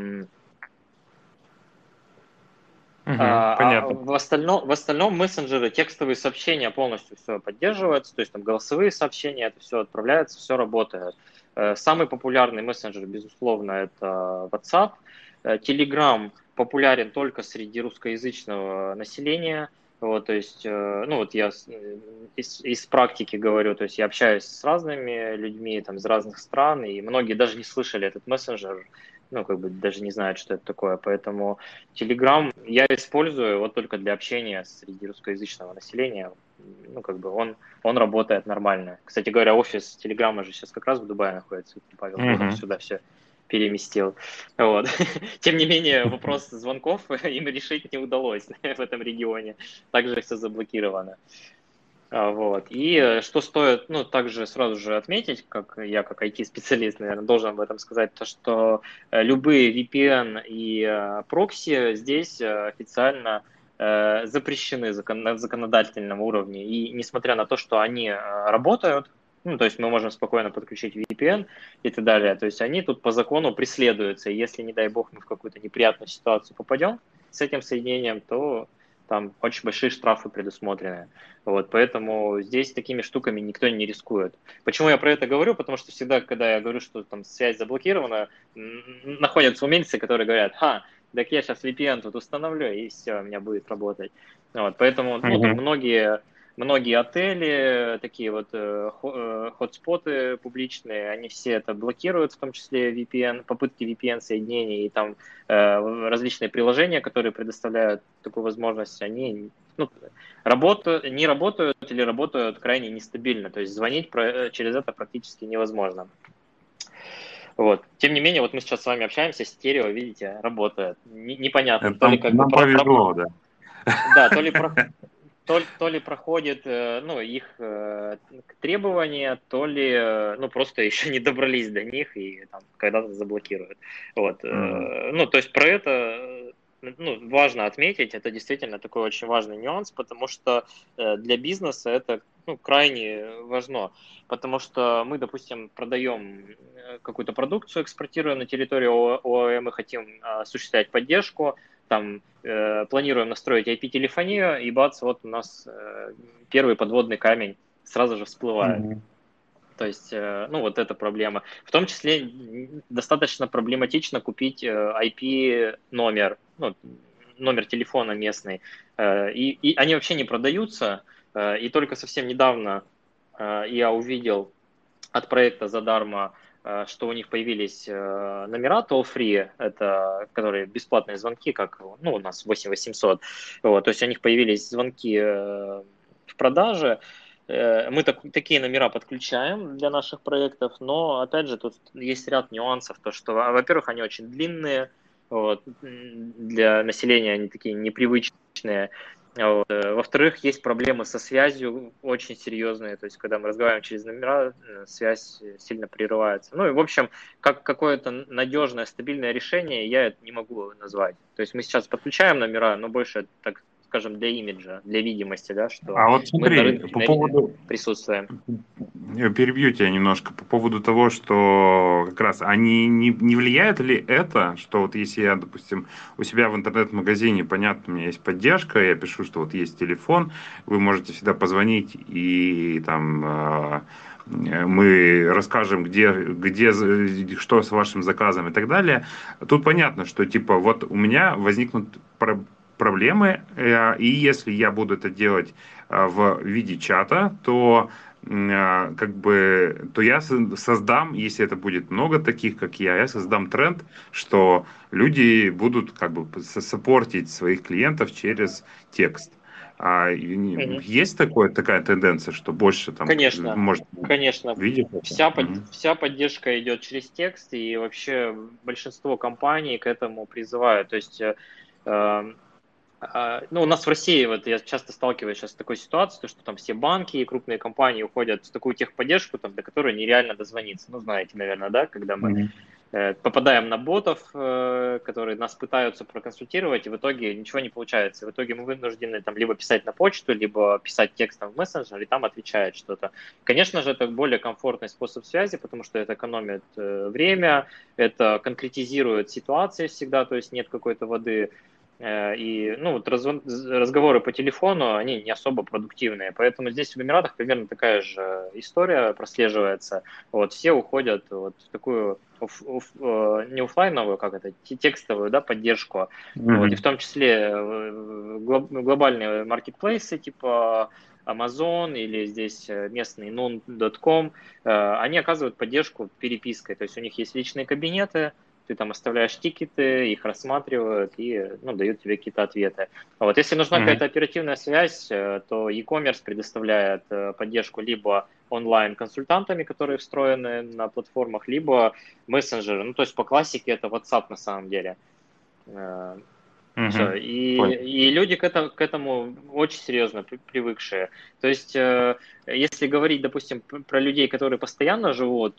Speaker 1: Понятно.
Speaker 2: В остальном мессенджеры, текстовые сообщения полностью все поддерживаются, то есть там голосовые сообщения, это все отправляется, все работает. Самый популярный мессенджер, безусловно, это WhatsApp. Telegram популярен только среди русскоязычного населения. Вот, то есть, ну вот я из практики говорю, то есть я общаюсь с разными людьми там, из разных стран, и многие даже не слышали этот мессенджер, ну, как бы даже не знают, что это такое. Поэтому Telegram я использую вот только для общения среди русскоязычного населения. Ну, как бы он работает нормально. Кстати говоря, офис Телеграма же сейчас как раз в Дубае находится. Павел Дуров сюда все переместил. Вот. Тем не менее, вопрос звонков им решить не удалось в этом регионе. Также все заблокировано. Вот. И что стоит, ну, также сразу же отметить, как я как IT-специалист, наверное, должен об этом сказать, то, что любые VPN и прокси здесь официально запрещены на законодательном уровне. И несмотря на то, что они работают, ну, то есть мы можем спокойно подключить VPN и так далее, то есть они тут по закону преследуются. И если, не дай бог, мы в какую-то неприятную ситуацию попадем с этим соединением, то там очень большие штрафы предусмотрены. Вот, поэтому здесь такими штуками никто не рискует. Почему я про это говорю? Потому что всегда, когда я говорю, что там связь заблокирована, находятся умельцы, которые говорят, так я сейчас VPN тут установлю, и все, у меня будет работать. Вот, поэтому тут многие многие отели, такие вот хотспоты публичные, они все это блокируют, в том числе VPN, попытки VPN-соединений и там различные приложения, которые предоставляют такую возможность, они не работают или работают крайне нестабильно, то есть звонить через это практически невозможно. Вот. Тем не менее, вот мы сейчас с вами общаемся, стерео, видите, работает. Непонятно,
Speaker 1: Это
Speaker 2: то ли как бы
Speaker 1: нам повезло, да.
Speaker 2: да, то ли проходит их требования, то ли просто еще не добрались до них и там когда-то заблокируют. Вот. То есть про это важно отметить, это действительно такой очень важный нюанс, потому что для бизнеса это крайне важно, потому что мы, допустим, продаем какую-то продукцию, экспортируем на территорию ОАЭ, мы хотим осуществлять поддержку, там планируем настроить IP-телефонию, и бац, вот у нас первый подводный камень сразу же всплывает. То есть, вот эта проблема. В том числе достаточно проблематично купить IP-номер, номер телефона местный. И они вообще не продаются. И только совсем недавно я увидел от проекта «Задарма», что у них появились номера toll-free, это которые бесплатные звонки, как у нас 8800. Вот, то есть у них появились звонки в продаже. Мы такие номера подключаем для наших проектов, но, опять же, тут есть ряд нюансов. То, что, во-первых, они очень длинные, вот, для населения они такие непривычные. Вот. Во-вторых, есть проблемы со связью очень серьезные, то есть когда мы разговариваем через номера, связь сильно прерывается. В общем, как какое-то надежное, стабильное решение я это не могу назвать. То есть мы сейчас подключаем номера, но больше, так скажем, для имиджа, для видимости, да, что
Speaker 1: вот смотри,
Speaker 2: мы на рынке
Speaker 1: по поводу...
Speaker 2: присутствуем.
Speaker 1: Перебью тебя немножко по поводу того, что как раз они не влияет ли это, что вот если я, допустим, у себя в интернет-магазине, понятно, у меня есть поддержка, я пишу, что вот есть телефон, вы можете всегда позвонить и там мы расскажем, где что с вашим заказом и так далее. Тут понятно, что типа вот у меня возникнут проблемы, и если я буду это делать в виде чата, то то я создам, если это будет много таких, как я создам тренд, что люди будут как бы саппортить своих клиентов через текст. Есть такая тенденция, что больше там
Speaker 2: Конечно,
Speaker 1: может видеть?
Speaker 2: Вся поддержка идет через текст, и вообще большинство компаний к этому призывают. То есть у нас в России, вот я часто сталкиваюсь сейчас с такой ситуацией, что там все банки и крупные компании уходят в такую техподдержку, там, до которой нереально дозвониться. Знаете, наверное, да, когда мы попадаем на ботов, которые нас пытаются проконсультировать, и в итоге ничего не получается. И в итоге мы вынуждены там либо писать на почту, либо писать текстом в мессенджер, и там отвечает что-то. Конечно же, это более комфортный способ связи, потому что это экономит время, это конкретизирует ситуации всегда, то есть нет какой-то воды. И разговоры по телефону, они не особо продуктивные. Поэтому здесь в Эмиратах примерно такая же история прослеживается. Вот, все уходят вот в такую не офлайновую, текстовую, да, поддержку. Вот, и в том числе глобальные маркетплейсы типа Amazon или здесь местный noon.com, они оказывают поддержку перепиской. То есть у них есть личные кабинеты, ты там оставляешь тикеты, их рассматривают и дают тебе какие-то ответы. Вот. Если нужна какая-то оперативная связь, то e-commerce предоставляет поддержку либо онлайн-консультантами, которые встроены на платформах, либо мессенджеры. То есть по классике это WhatsApp на самом деле. Все. И люди к этому очень серьезно привыкшие. То есть если говорить, допустим, про людей, которые постоянно живут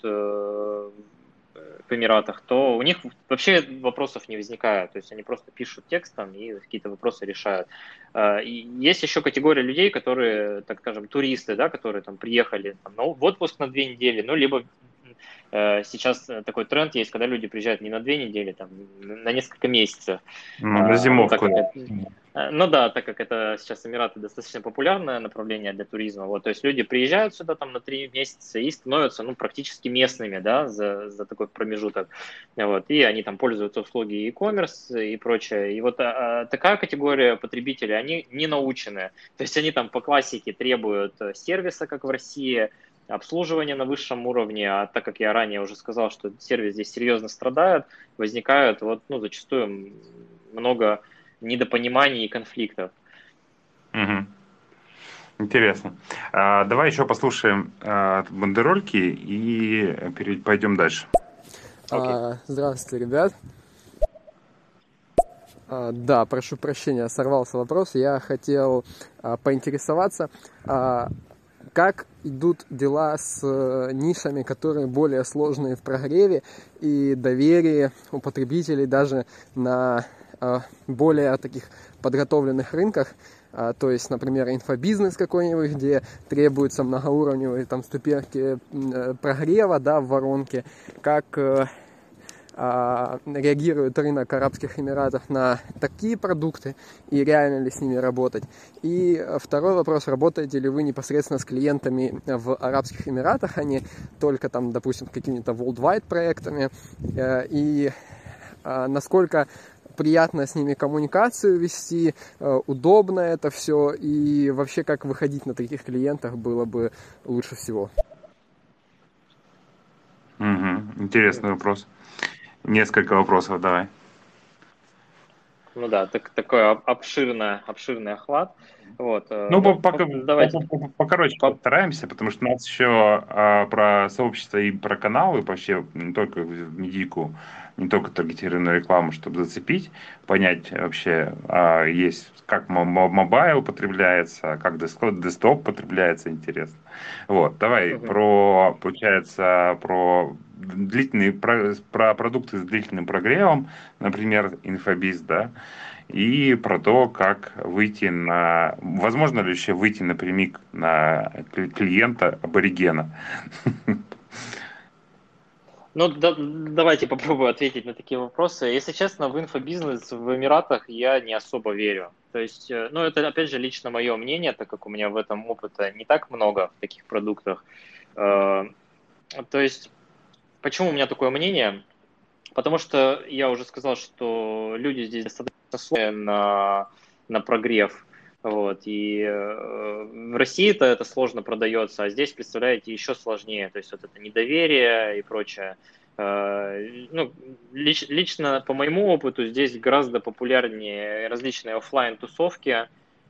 Speaker 2: в Эмиратах, то у них вообще вопросов не возникает. То есть они просто пишут текстом и какие-то вопросы решают. И есть еще категория людей, которые, так скажем, туристы, да, которые там приехали в отпуск на 2 недели, либо сейчас такой тренд есть, когда люди приезжают не на 2 недели, там, на несколько месяцев.
Speaker 1: На
Speaker 2: Так
Speaker 1: зимовку.
Speaker 2: как ну да, так как это сейчас Эмираты достаточно популярное направление для туризма, вот, то есть люди приезжают сюда там на 3 месяца и становятся, ну, практически местными, да, за такой промежуток, вот, и они там пользуются услуги e-commerce и прочее, и вот такая категория потребителей, они не научены, то есть они там по классике требуют сервиса, как в России, обслуживание на высшем уровне, а так как я ранее уже сказал, что сервис здесь серьезно страдает, возникает вот, ну, зачастую много недопониманий и конфликтов.
Speaker 1: Угу. Интересно. Давай еще послушаем бандерольки и пойдем дальше.
Speaker 6: Здравствуйте, ребят. Да, прошу прощения, сорвался вопрос. Я хотел поинтересоваться, как идут дела с нишами, которые более сложные в прогреве и доверие у потребителей даже на более таких подготовленных рынках, то есть, например, инфобизнес какой-нибудь, где требуются многоуровневые там ступеньки прогрева, да, в воронке, как реагирует рынок Арабских Эмиратов на такие продукты и реально ли с ними работать. И второй вопрос, работаете ли вы непосредственно с клиентами в Арабских Эмиратах, а не только там, допустим, какими-то worldwide проектами, и насколько приятно с ними коммуникацию вести, удобно это все, и вообще как выходить на таких клиентах было бы лучше всего.
Speaker 1: Интересный вопрос. Несколько вопросов, давай.
Speaker 2: Ну да, такой обширный охват. Вот,
Speaker 1: ну,
Speaker 2: давайте.
Speaker 1: покороче постараемся, потому что у нас еще про сообщество и про каналы, вообще не только в медийку, не только таргетированную рекламу, чтобы зацепить, понять вообще, есть как мобайл потребляется, как десктоп потребляется, интересно. Вот, давай получается, про продукты с длительным прогревом, например, инфобиз, да, и про то, как выйти возможно ли еще выйти напрямик на клиента аборигена.
Speaker 2: Ну, давайте попробую ответить на такие вопросы. Если честно, в инфобизнес в Эмиратах я не особо верю. То есть, ну, это, опять же, лично мое мнение, так как у меня в этом опыта не так много в таких продуктах. То есть, почему у меня такое мнение? Потому что я уже сказал, что люди здесь достаточно сложные на прогрев. Вот, и в России-то это сложно продается, а здесь, представляете, еще сложнее. То есть вот это недоверие и прочее. Ну, лично по моему опыту здесь гораздо популярнее различные офлайн-тусовки,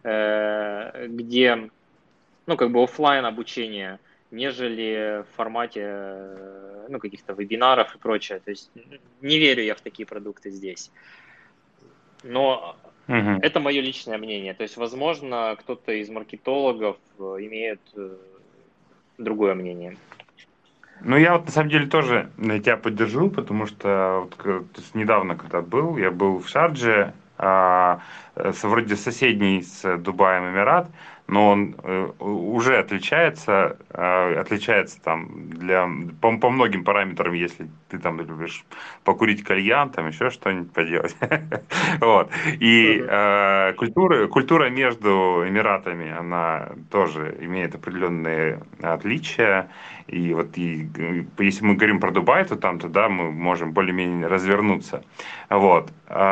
Speaker 2: где, ну, как бы офлайн обучение, нежели в формате, ну, каких-то вебинаров и прочее. То есть не верю я в такие продукты здесь. Но это мое личное мнение. То есть, возможно, кто-то из маркетологов имеет другое мнение.
Speaker 1: Ну, я вот на самом деле тоже тебя поддержу, потому что вот, недавно, когда я был в Шардже, вроде соседний с Дубаем Эмират, но он уже отличается там по многим параметрам, если ты там любишь покурить кальян, там еще что-нибудь поделать. Вот. И культура между Эмиратами, она тоже имеет определенные отличия. И вот если мы говорим про Дубай, то там туда мы можем более-менее развернуться. Вот.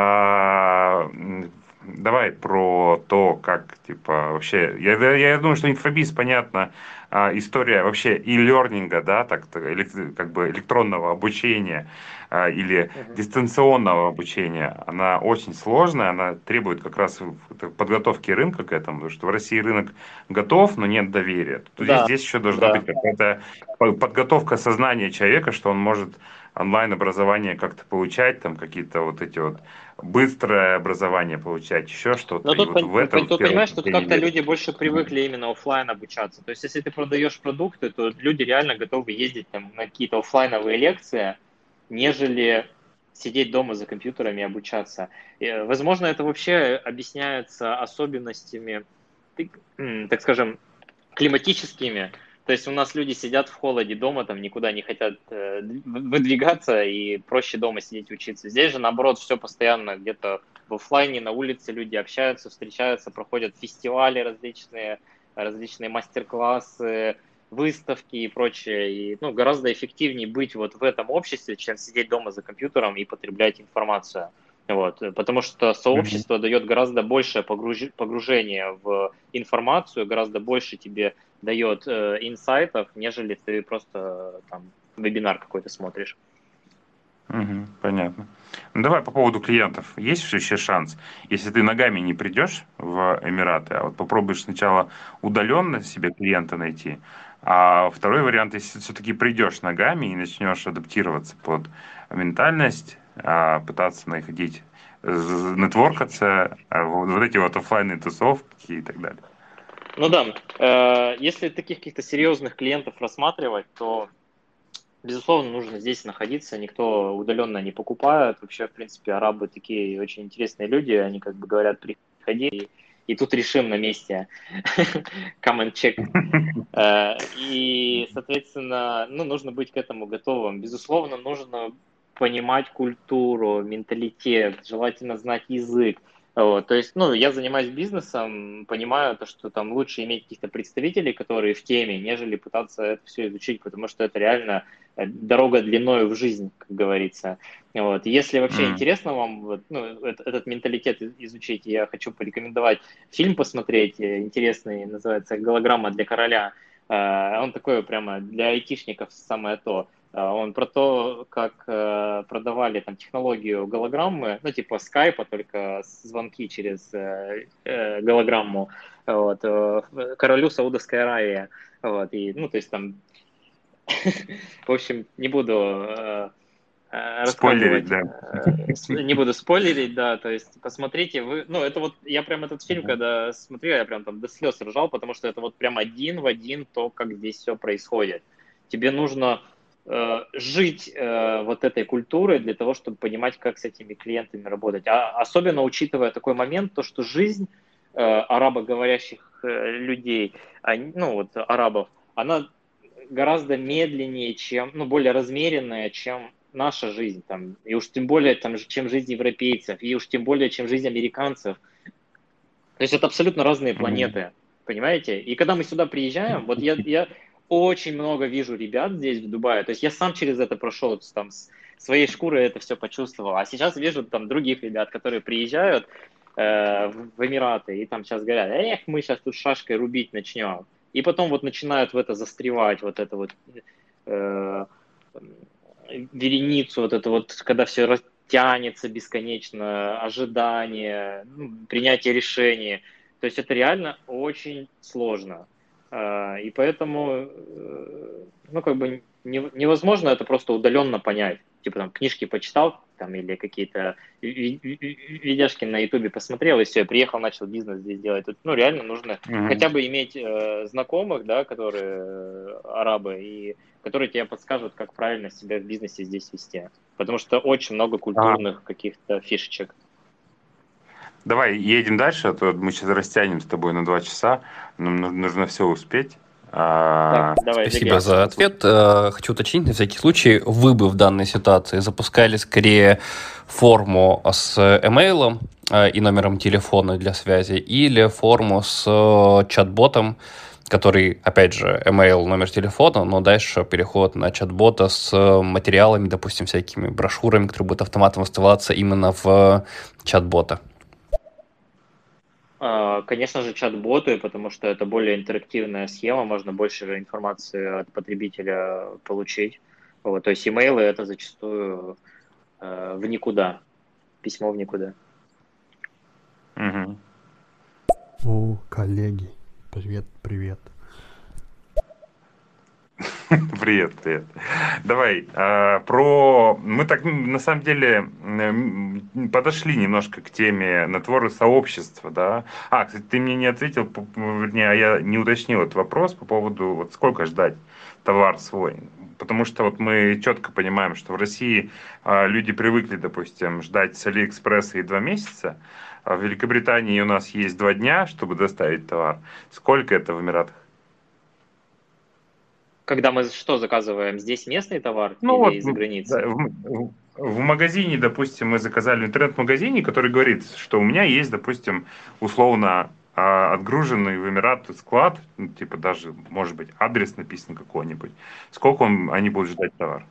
Speaker 1: Давай про то, как, типа, вообще... Я думаю, что инфобиз, понятно, история вообще и лернинга, да, как бы электронного обучения или дистанционного обучения, она очень сложная, она требует как раз подготовки рынка к этому, потому что в России рынок готов, но нет доверия. Здесь еще должна быть какая-то подготовка сознания человека, что он может онлайн-образование как-то получать, там какие-то вот эти вот быстрое образование получать, еще что-то.
Speaker 2: Но тут, понимаешь, тут как-то люди больше привыкли именно офлайн обучаться. То есть, если ты продаешь продукты, то люди реально готовы ездить там, на какие-то офлайновые лекции, нежели сидеть дома за компьютерами и обучаться. И, возможно, это вообще объясняется особенностями, так скажем, климатическими То есть у нас люди сидят в холоде дома, там никуда не хотят выдвигаться, и проще дома сидеть учиться. Здесь же, наоборот, все постоянно где-то в оффлайне, на улице люди общаются, встречаются, проходят фестивали различные мастер-классы, выставки и прочее. И, ну, гораздо эффективнее быть вот в этом обществе, чем сидеть дома за компьютером и потреблять информацию. Вот, потому что сообщество дает гораздо большее погружение в информацию, гораздо больше тебе дает инсайтов, нежели ты просто там вебинар какой-то смотришь.
Speaker 1: Понятно. Ну, давай по поводу клиентов. Есть еще шанс, если ты ногами не придешь в Эмираты, а вот попробуешь сначала удаленно себе клиента найти, а второй вариант, если все-таки придешь ногами и начнешь адаптироваться под ментальность, пытаться находить, нетворкаться, вот эти вот оффлайнные тусовки и так далее.
Speaker 2: Ну да, если таких каких-то серьезных клиентов рассматривать, то, безусловно, нужно здесь находиться, никто удаленно не покупает. Вообще, в принципе, арабы такие очень интересные люди, они как бы говорят, приходи, и тут решим на месте. Come and check. И, соответственно, ну, нужно быть к этому готовым. Безусловно, нужно понимать культуру, менталитет, желательно знать язык. Вот, то есть, ну, я занимаюсь бизнесом, понимаю то, что там лучше иметь каких-то представителей, которые в теме, нежели пытаться это все изучить, потому что это реально дорога длиною в жизнь, как говорится. Вот. Если вообще интересно вам вот, ну, этот менталитет изучить, я хочу порекомендовать фильм посмотреть, интересный, называется «Голограмма для короля». Он такой прямо для айтишников самое то. Он про то, как продавали там технологию голограммы, ну типа скайпа, только звонки через голограмму, вот, королю Саудовской Аравии. Вот, и, ну, то есть там, в общем, не буду рассказывать, не буду спойлерить, да, то есть посмотрите, вы, ну, это вот, я прям этот фильм, когда смотрел, я прям там до слез ржал, потому что это вот прям один в один то, как здесь все происходит. Тебе нужно жить вот этой культурой для того, чтобы понимать, как с этими клиентами работать. Особенно учитывая такой момент, то, что жизнь арабоговорящих людей, ну вот арабов, она гораздо медленнее, чем, ну, более размеренная, чем наша жизнь, там, и уж тем более, там, чем жизнь европейцев, и уж тем более, чем жизнь американцев. То есть это абсолютно разные планеты, понимаете? И когда мы сюда приезжаем, вот я очень много вижу ребят здесь, в Дубае, то есть я сам через это прошел, там, с своей шкурой это все почувствовал, а сейчас вижу там других ребят, которые приезжают в Эмираты, и там сейчас говорят, мы сейчас тут шашкой рубить начнем, и потом вот начинают в это застревать, вот это вот вереницу, вот это вот, когда все растянется бесконечно, ожидание, принятие решений, то есть это реально очень сложно. И поэтому, ну, как бы невозможно это просто удаленно понять. Типа там книжки почитал, там, или какие-то видяшки на Ютубе посмотрел, и все, приехал, начал бизнес здесь делать. Тут, ну, реально нужно хотя бы иметь знакомых, да, которые арабы, и которые тебе подскажут, как правильно себя в бизнесе здесь вести. Потому что очень много культурных каких-то фишечек.
Speaker 1: Давай едем дальше, а то мы сейчас растянем с тобой на 2 часа. Нам нужно все успеть.
Speaker 2: Так, давай,
Speaker 4: спасибо за ответ. Хочу уточнить, на всякий случай, вы бы в данной ситуации запускали скорее форму с эмейлом и номером телефона для связи или форму с чат-ботом, который, опять же, email, номер телефона, но дальше переход на чат-бота с материалами, допустим, всякими брошюрами, которые будут автоматом выставляться именно в чат-бота.
Speaker 2: Конечно же, чат-боты, потому что это более интерактивная схема, можно больше информации от потребителя получить. Вот, то есть имейлы это зачастую в никуда, письмо в никуда.
Speaker 7: О, коллеги, привет.
Speaker 1: Привет. Давай, мы так, на самом деле, подошли немножко к теме натворы сообщества, да? Кстати, ты мне не ответил, вернее, я не уточнил этот вопрос по поводу, вот сколько ждать товар свой. Потому что вот мы четко понимаем, что в России люди привыкли, допустим, ждать с Алиэкспресса и 2 месяца, а в Великобритании у нас есть 2 дня, чтобы доставить товар. Сколько это в Эмиратах?
Speaker 2: Когда мы что заказываем? Здесь местный товар
Speaker 1: Ну
Speaker 2: или
Speaker 1: вот,
Speaker 2: из-за
Speaker 1: да,
Speaker 2: границы?
Speaker 1: в магазине, допустим, мы заказали в интернет-магазине, который говорит, что у меня есть, допустим, условно отгруженный в Эмираты склад, ну, типа даже, может быть, адрес написан какой-нибудь. Сколько они будут ждать товар?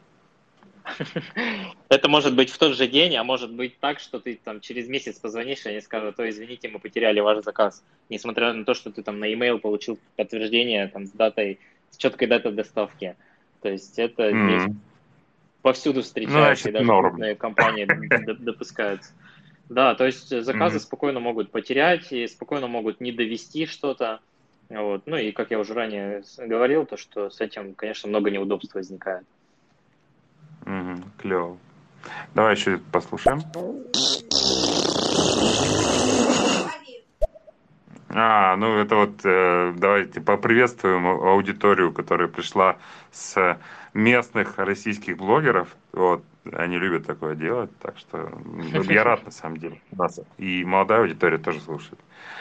Speaker 2: Это может быть в тот же день, а может быть так, что ты там через месяц позвонишь, и они скажут: ой, извините, мы потеряли ваш заказ. Несмотря на то, что ты там на e-mail получил подтверждение там, с четкой датой доставки. То есть это здесь
Speaker 1: М.
Speaker 2: повсюду
Speaker 1: Ну,
Speaker 2: встречается, и
Speaker 1: значит,
Speaker 2: даже
Speaker 1: норм.
Speaker 2: крупные компании допускаются. Да, то есть заказы
Speaker 1: Мгм.
Speaker 2: спокойно могут потерять и спокойно могут не довести что-то. Вот. Ну и как я уже ранее говорил, то что с этим, конечно, много неудобств возникает.
Speaker 1: Клево. Давай еще послушаем. Ну это вот давайте поприветствуем аудиторию, которая пришла с местных российских блогеров. Вот, они любят такое делать, так что я рад на самом деле. Нас и молодая аудитория тоже слушает.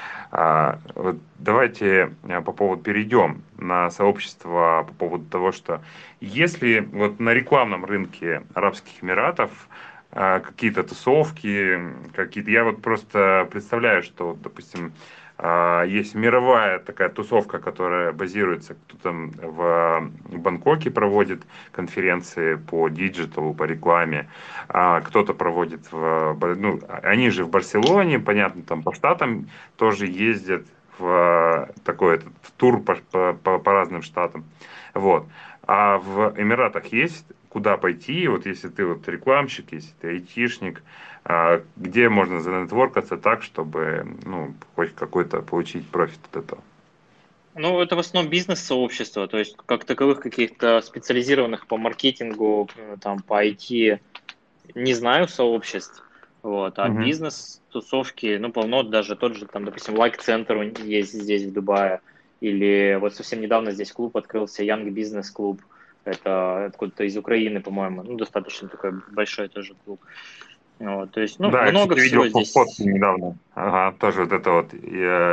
Speaker 1: Вот давайте по поводу перейдем на сообщество по поводу того, что если вот на рекламном рынке Арабских Эмиратов какие-то тусовки, какие-то, я вот просто представляю, что, допустим, есть мировая такая тусовка, которая базируется, кто там в Бангкоке проводит конференции по диджиталу, по рекламе, кто-то проводит ну, они же в Барселоне, понятно, там по штатам тоже ездят в такой в тур по разным штатам. Вот. А в Эмиратах есть куда пойти, вот если ты вот рекламщик, если ты айтишник, где можно занетворкаться так, чтобы ну, хоть какой-то получить профит от этого?
Speaker 2: Ну, это в основном бизнес-сообщество, то есть как таковых каких-то специализированных по маркетингу, там, по IT, не знаю сообществ. Вот, а
Speaker 1: Мгм.
Speaker 2: бизнес-тусовки, ну, полно, даже тот же, там, допустим, лайк-центр есть здесь, в Дубае, или вот совсем недавно здесь клуб открылся, Young Business Club, это откуда-то из Украины, по-моему, ну, достаточно такой большой тоже клуб. Вот, то есть, ну,
Speaker 1: Да, я,
Speaker 2: много
Speaker 1: кстати, видел
Speaker 2: всего
Speaker 1: фотки
Speaker 2: здесь.
Speaker 1: недавно. Ага, тоже вот это вот.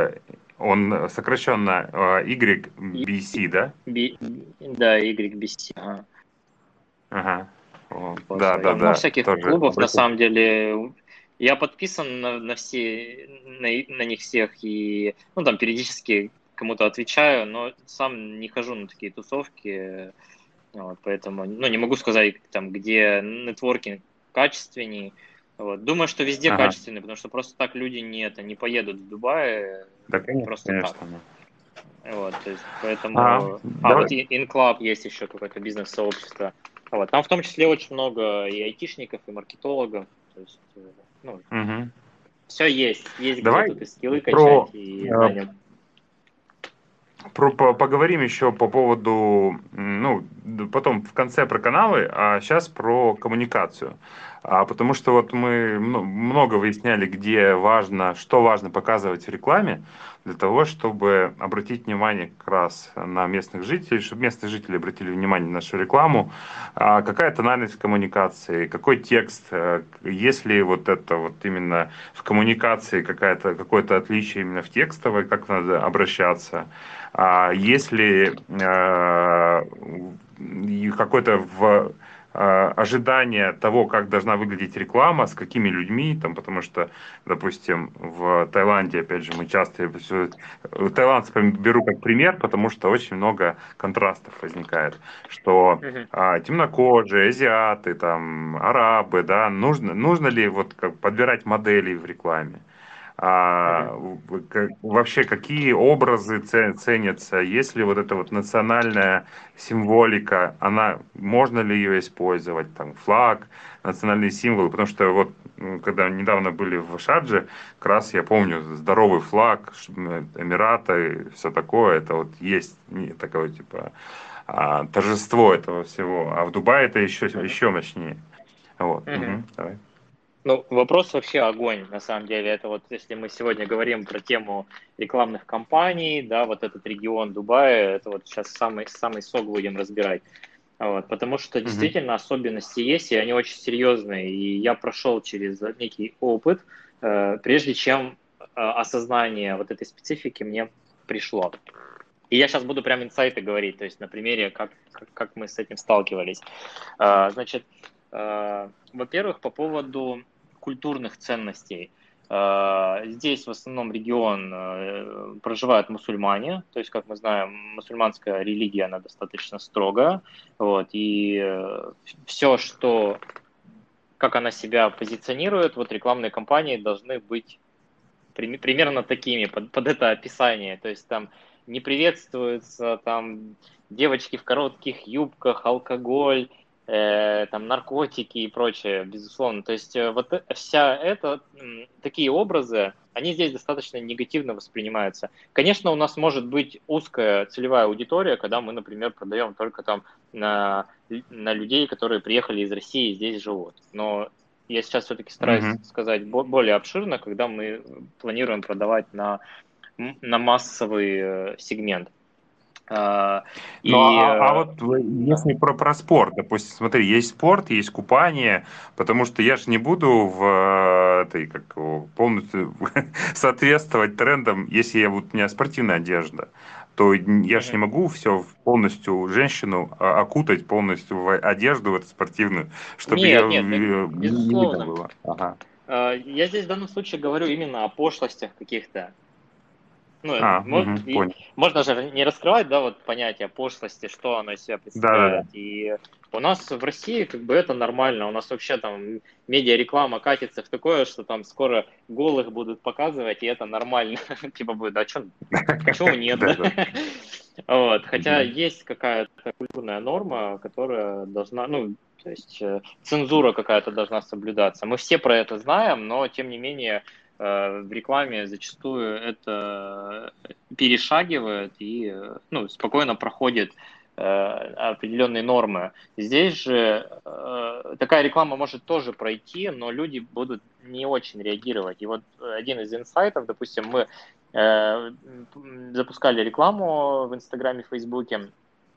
Speaker 1: Он сокращенно YBC, да?
Speaker 2: Да, YBC. Ага.
Speaker 1: Ага. О,
Speaker 2: Вот,
Speaker 1: да, да,
Speaker 2: много
Speaker 1: да.
Speaker 2: всяких
Speaker 1: Тоже
Speaker 2: клубов, на
Speaker 1: обратил.
Speaker 2: самом деле. Я подписан на все, на них всех, и, ну, там, периодически кому-то отвечаю, но сам не хожу на такие тусовки, вот, поэтому, ну, не могу сказать, там, где нетворкинг качественней. Вот. Думаю, что везде
Speaker 1: Ага.
Speaker 2: качественный, потому что просто так люди не поедут в Дубай
Speaker 1: Да, конечно,
Speaker 2: просто так.
Speaker 1: конечно.
Speaker 2: Вот, то есть,
Speaker 1: Ага.
Speaker 2: поэтому... вот
Speaker 1: Давай.
Speaker 2: InClub есть еще какое-то бизнес-сообщество. Вот, там в том числе очень много и айтишников, и маркетологов. То есть, ну,
Speaker 1: Мгм.
Speaker 2: все есть. Есть где
Speaker 1: Давай
Speaker 2: тут и скиллы качать,
Speaker 1: про
Speaker 2: и
Speaker 1: э,
Speaker 2: знания.
Speaker 1: Поговорим еще по поводу, ну, потом в конце про каналы, а сейчас про коммуникацию. Потому что вот мы много выясняли, где важно, что важно показывать в рекламе, для того, чтобы обратить внимание как раз на местных жителей, чтобы местные жители обратили внимание на нашу рекламу, какая тональность в коммуникации, какой текст, есть ли вот это вот именно в коммуникации какое-то отличие именно в текстовой, как надо обращаться, если какое-то ожидание того, как должна выглядеть реклама, с какими людьми, там, потому что, допустим, в Таиланде, опять же, мы часто таиландцев беру как пример, потому что очень много контрастов возникает, что
Speaker 2: Мгм.
Speaker 1: темнокожие, азиаты, там, арабы, да, нужно ли вот подбирать модели в рекламе?
Speaker 2: Мгм.
Speaker 1: Вообще какие образы ценятся, есть ли вот эта вот национальная символика, можно ли ее использовать, там, флаг, национальные символы, потому что вот, когда недавно были в Шардже, как раз я помню здоровый флаг, Эмирата и все такое, это вот есть такое, типа, торжество этого всего, а в Дубае это
Speaker 2: Мгм.
Speaker 1: еще мощнее. Вот.
Speaker 2: Мгм.
Speaker 1: Мгм. Давай.
Speaker 2: Ну, вопрос вообще огонь, на самом деле. Это вот, если мы сегодня говорим про тему рекламных кампаний, да, вот этот регион Дубая, это вот сейчас самый сок будем разбирать. Вот, потому что
Speaker 1: Мгм.
Speaker 2: действительно особенности есть, и они очень серьезные. И я прошел через некий опыт, прежде чем осознание вот этой специфики мне пришло. И я сейчас буду прям инсайты говорить, то есть на примере, как мы с этим сталкивались. Значит, во-первых, по поводу культурных ценностей. Здесь в основном регион проживают мусульмане, то есть, как мы знаем, мусульманская религия, она достаточно строгая, вот, и все, как она себя позиционирует, вот рекламные кампании должны быть примерно такими, под это описание, то есть там не приветствуются там девочки в коротких юбках, алкоголь, там наркотики и прочее, безусловно. То есть вот вся это, такие образы, они здесь достаточно негативно воспринимаются. Конечно, у нас может быть узкая целевая аудитория, когда мы, например, продаем только там на людей, которые приехали из России и здесь живут. Но я сейчас все-таки стараюсь сказать более обширно, когда мы планируем продавать на массовый сегмент.
Speaker 1: Вот если про спорт, допустим, смотри, есть спорт, есть купание, потому что я же не буду полностью соответствовать трендам, если у меня спортивная одежда, то я же не могу все полностью женщину окутать полностью в одежду в эту спортивную, чтобы ее не видно было.
Speaker 2: Ага. Я здесь в данном случае говорю именно о пошлостях каких-то. Можно же не раскрывать, да, вот понятие пошлости, что оно из себя представляет. Да. И у нас в России как бы это нормально. У нас вообще там медиареклама катится в такое, что там скоро голых будут показывать, и это нормально. Типа будет, а почему нет? Вот. Хотя есть какая-то культурная норма, которая должна, то есть цензура какая-то должна соблюдаться. Мы все про это знаем, но тем не менее в рекламе зачастую это перешагивает и спокойно проходит определенные нормы. Здесь же такая реклама может тоже пройти, но люди будут не очень реагировать. И вот один из инсайтов, допустим, мы запускали рекламу в Инстаграме, Фейсбуке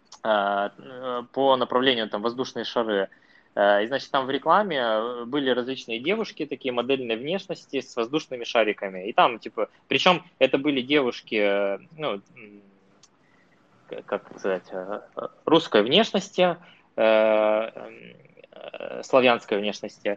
Speaker 2: по направлению там воздушные шары. И, значит, там в рекламе были различные девушки, такие модельной внешности с воздушными шариками. И там, типа, причем это были девушки, как сказать, русской внешности, славянской внешности.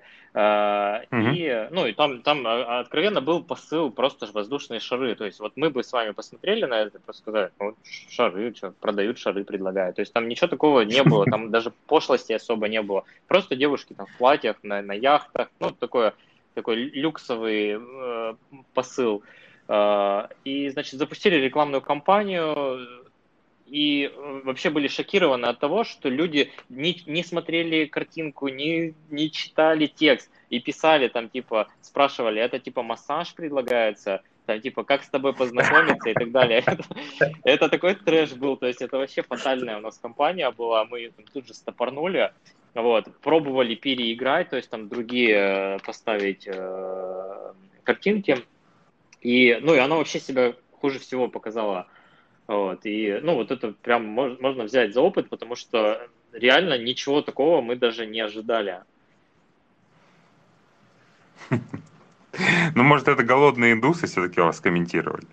Speaker 2: И там откровенно был посыл просто воздушные шары. То есть вот мы бы с вами посмотрели на это и просто сказали, шары, продают шары, предлагают. То есть там ничего такого не было, там даже пошлости особо не было. Просто девушки там в платьях, на яхтах, такой люксовый посыл. И, значит, запустили рекламную кампанию, и вообще были шокированы от того, что люди не смотрели картинку, не читали текст и писали там, типа, спрашивали, это типа массаж предлагается, там, типа, как с тобой познакомиться и так далее. Это такой трэш был, то есть это вообще фатальная у нас компания была, мы ее тут же стопорнули, вот, пробовали переиграть, то есть там другие поставить картинки, и она вообще себя хуже всего показала. Вот, и, вот это прям можно взять за опыт, потому что реально ничего такого мы даже не ожидали.
Speaker 1: Может, это голодные индусы все-таки вас комментировали?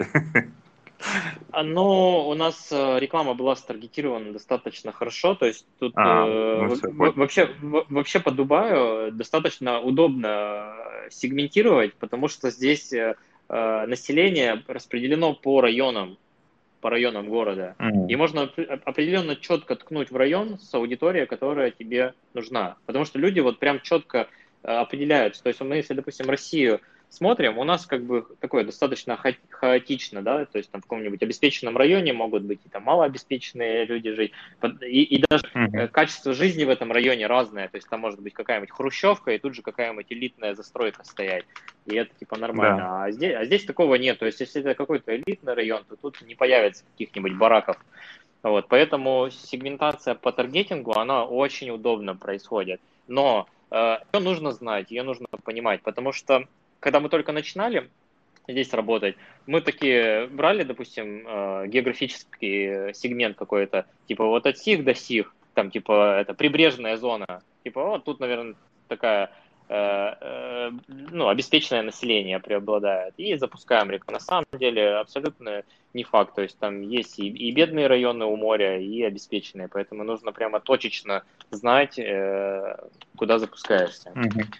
Speaker 2: У нас реклама была старгетирована достаточно хорошо, то есть тут вообще по Дубаю достаточно удобно сегментировать, потому что здесь население распределено по районам города. И можно определенно четко ткнуть в район с аудиторией, которая тебе нужна. Потому что люди вот прям четко определяются. То есть мы, если, допустим, Россию смотрим, у нас как бы такое достаточно хаотично, да, то есть там в каком-нибудь обеспеченном районе могут быть и там малообеспеченные люди жить, и даже качество жизни в этом районе разное, то есть там может быть какая-нибудь хрущевка и тут же какая-нибудь элитная застройка стоять, и это типа нормально, да. А здесь такого нет, то есть если это какой-то элитный район, то тут не появится каких-нибудь бараков, вот, поэтому сегментация по таргетингу, она очень удобно происходит, но ее нужно знать, ее нужно понимать, потому что когда мы только начинали здесь работать, мы такие брали, допустим, географический сегмент какой-то, типа вот от сих до сих, там типа это прибрежная зона, типа вот тут, наверное, такая, ну, обеспеченное население преобладает, и запускаем рекламу. На самом деле абсолютно не факт, то есть там есть и бедные районы у моря, и обеспеченные, поэтому нужно прямо точечно знать, куда запускаешься.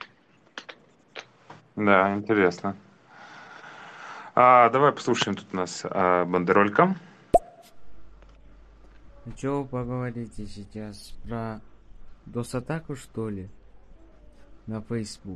Speaker 1: Да, интересно. Давай послушаем тут у нас Бандеролька.
Speaker 8: Что вы поговорите сейчас про DOS-атаку, что ли? На Facebook.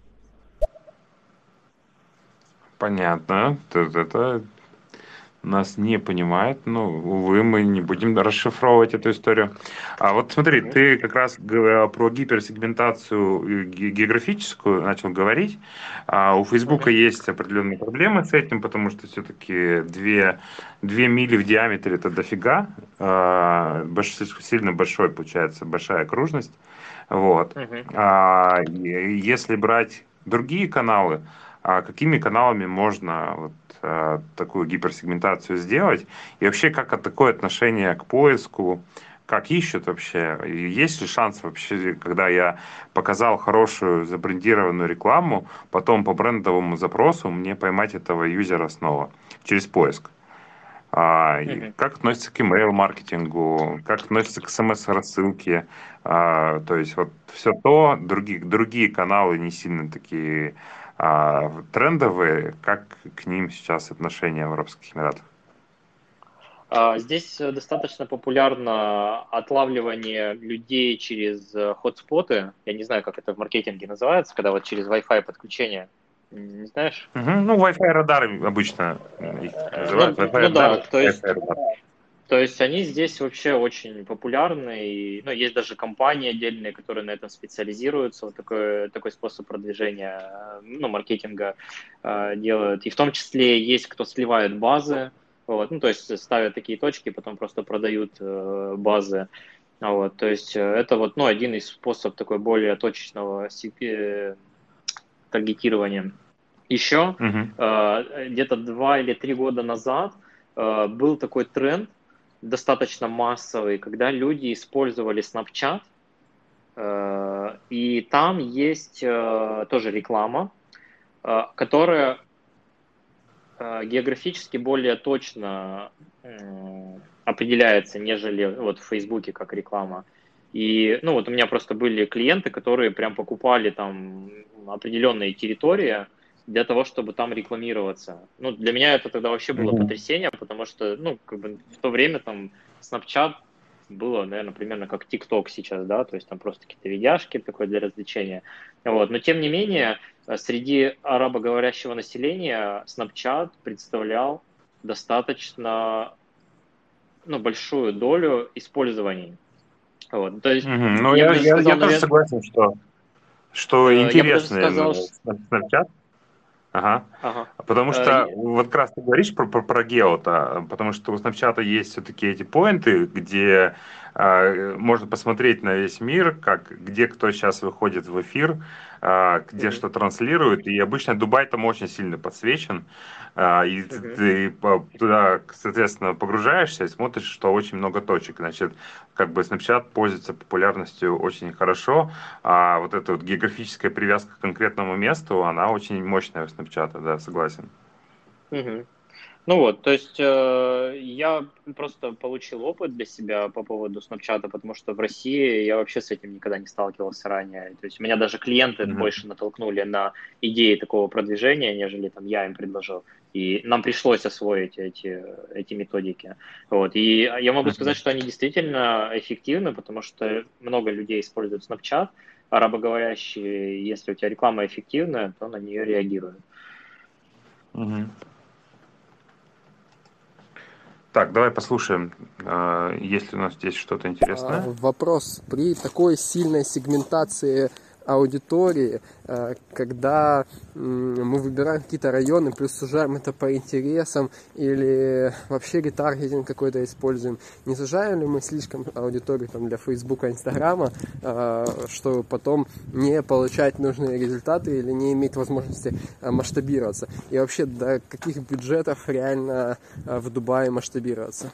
Speaker 1: Понятно. Тут это нас не понимает. Ну, увы, мы не будем расшифровывать эту историю. А вот смотри, ты как раз про гиперсегментацию географическую начал говорить. А у Фейсбука есть определенные проблемы с этим, потому что все-таки 2 мили в диаметре это дофига. Сильно большой, получается, большая окружность. Вот. Если брать другие каналы, какими каналами можно вот такую гиперсегментацию сделать? И вообще, как такое отношение к поиску? Как ищут вообще? И есть ли шанс вообще, когда я показал хорошую забрендированную рекламу, потом по брендовому запросу мне поймать этого юзера снова через поиск? И как относится к email-маркетингу, как относится к смс-рассылке, то есть вот все то, другие каналы не сильно такие трендовые, как к ним сейчас отношение в Арабских Эмиратах?
Speaker 2: Здесь достаточно популярно отлавливание людей через хотспоты. Я не знаю, как это в маркетинге называется, когда вот через Wi-Fi подключение. Не знаешь?
Speaker 1: Ну, Wi-Fi радары обычно их называют. Wi-Fi
Speaker 2: да, то есть они здесь вообще очень популярны. И, ну, есть даже компании отдельные, которые на этом специализируются. Вот такой способ продвижения, ну, маркетинга делают. И в том числе есть кто сливает базы. Вот, ну, то есть ставят такие точки, потом просто продают базы. Вот, то есть это вот, ну, один из способов такой более точечного таргетирования. Еще где-то 2 или 3 года назад был такой тренд, достаточно массовый, когда люди использовали Snapchat, и там есть тоже реклама, которая географически более точно определяется, нежели вот в Фейсбуке как реклама. И, ну, вот у меня просто были клиенты, которые прям покупали там определенные территории для того, чтобы там рекламироваться. Ну, для меня это тогда вообще было потрясение, потому что, ну, как бы в то время там Snapchat было, наверное, примерно как TikTok сейчас, да, то есть там просто какие-то видяшки такое для развлечения. Вот. Но тем не менее, среди арабоговорящего населения Snapchat представлял достаточно, ну, большую долю использований. Вот. То есть,
Speaker 1: ну, я тоже согласен, что интересно Snapchat. Потому что вот как раз ты говоришь про гео-то, потому что у Snapchat есть все-таки эти поинты, где можно посмотреть на весь мир, где кто сейчас выходит в эфир, где что транслирует, и обычно Дубай там очень сильно подсвечен, и ты туда, соответственно, погружаешься и смотришь, что очень много точек. Значит, как бы Snapchat пользуется популярностью очень хорошо, а вот эта вот географическая привязка к конкретному месту, она очень мощная у Snapchat, да, согласен.
Speaker 2: Ну вот, то есть я просто получил опыт для себя по поводу Snapchat, потому что в России я вообще с этим никогда не сталкивался ранее. То есть меня даже клиенты больше натолкнули на идеи такого продвижения, нежели там я им предложил. И нам пришлось освоить эти методики. Вот. И я могу сказать, что они действительно эффективны, потому что много людей используют Snapchat, арабоговорящие, если у тебя реклама эффективная, то на нее реагируют.
Speaker 1: Так, давай послушаем, есть ли у нас здесь что-то интересное.
Speaker 6: Вопрос. При такой сильной сегментации аудитории, когда мы выбираем какие-то районы, плюс сужаем это по интересам или вообще ретаргетинг какой-то используем, не сужаем ли мы слишком аудиторию там, для Фейсбука, Инстаграма, чтобы потом не получать нужные результаты или не иметь возможности масштабироваться? И вообще, до каких бюджетов реально в Дубае масштабироваться?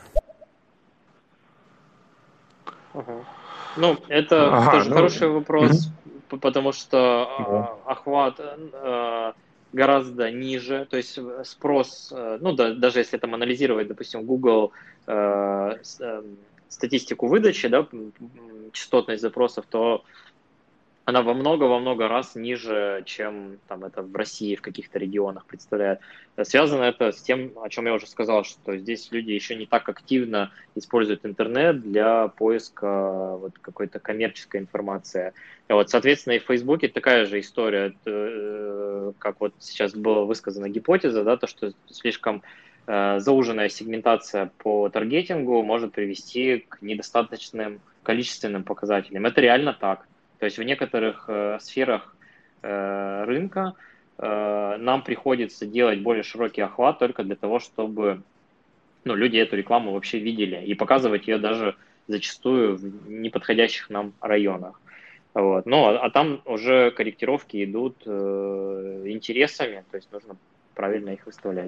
Speaker 2: Ну, это тоже хороший вопрос. потому что охват гораздо ниже, то есть спрос, ну даже если там анализировать, допустим, Google статистику выдачи, да, частотность запросов, то она во много раз ниже, чем там это в России в каких-то регионах представляет. Связано это с тем, о чем я уже сказал, что здесь люди еще не так активно используют интернет для поиска вот какой-то коммерческой информации. Вот, соответственно, и в Фейсбуке такая же история, как вот сейчас была высказана гипотеза, да, то, что слишком зауженная сегментация по таргетингу может привести к недостаточным количественным показателям. Это реально так. То есть в некоторых сферах рынка нам приходится делать более широкий охват только для того, чтобы люди эту рекламу вообще видели и показывать ее даже зачастую в неподходящих нам районах. Вот. Ну, а там уже корректировки идут интересами, то есть нужно правильно их выставлять.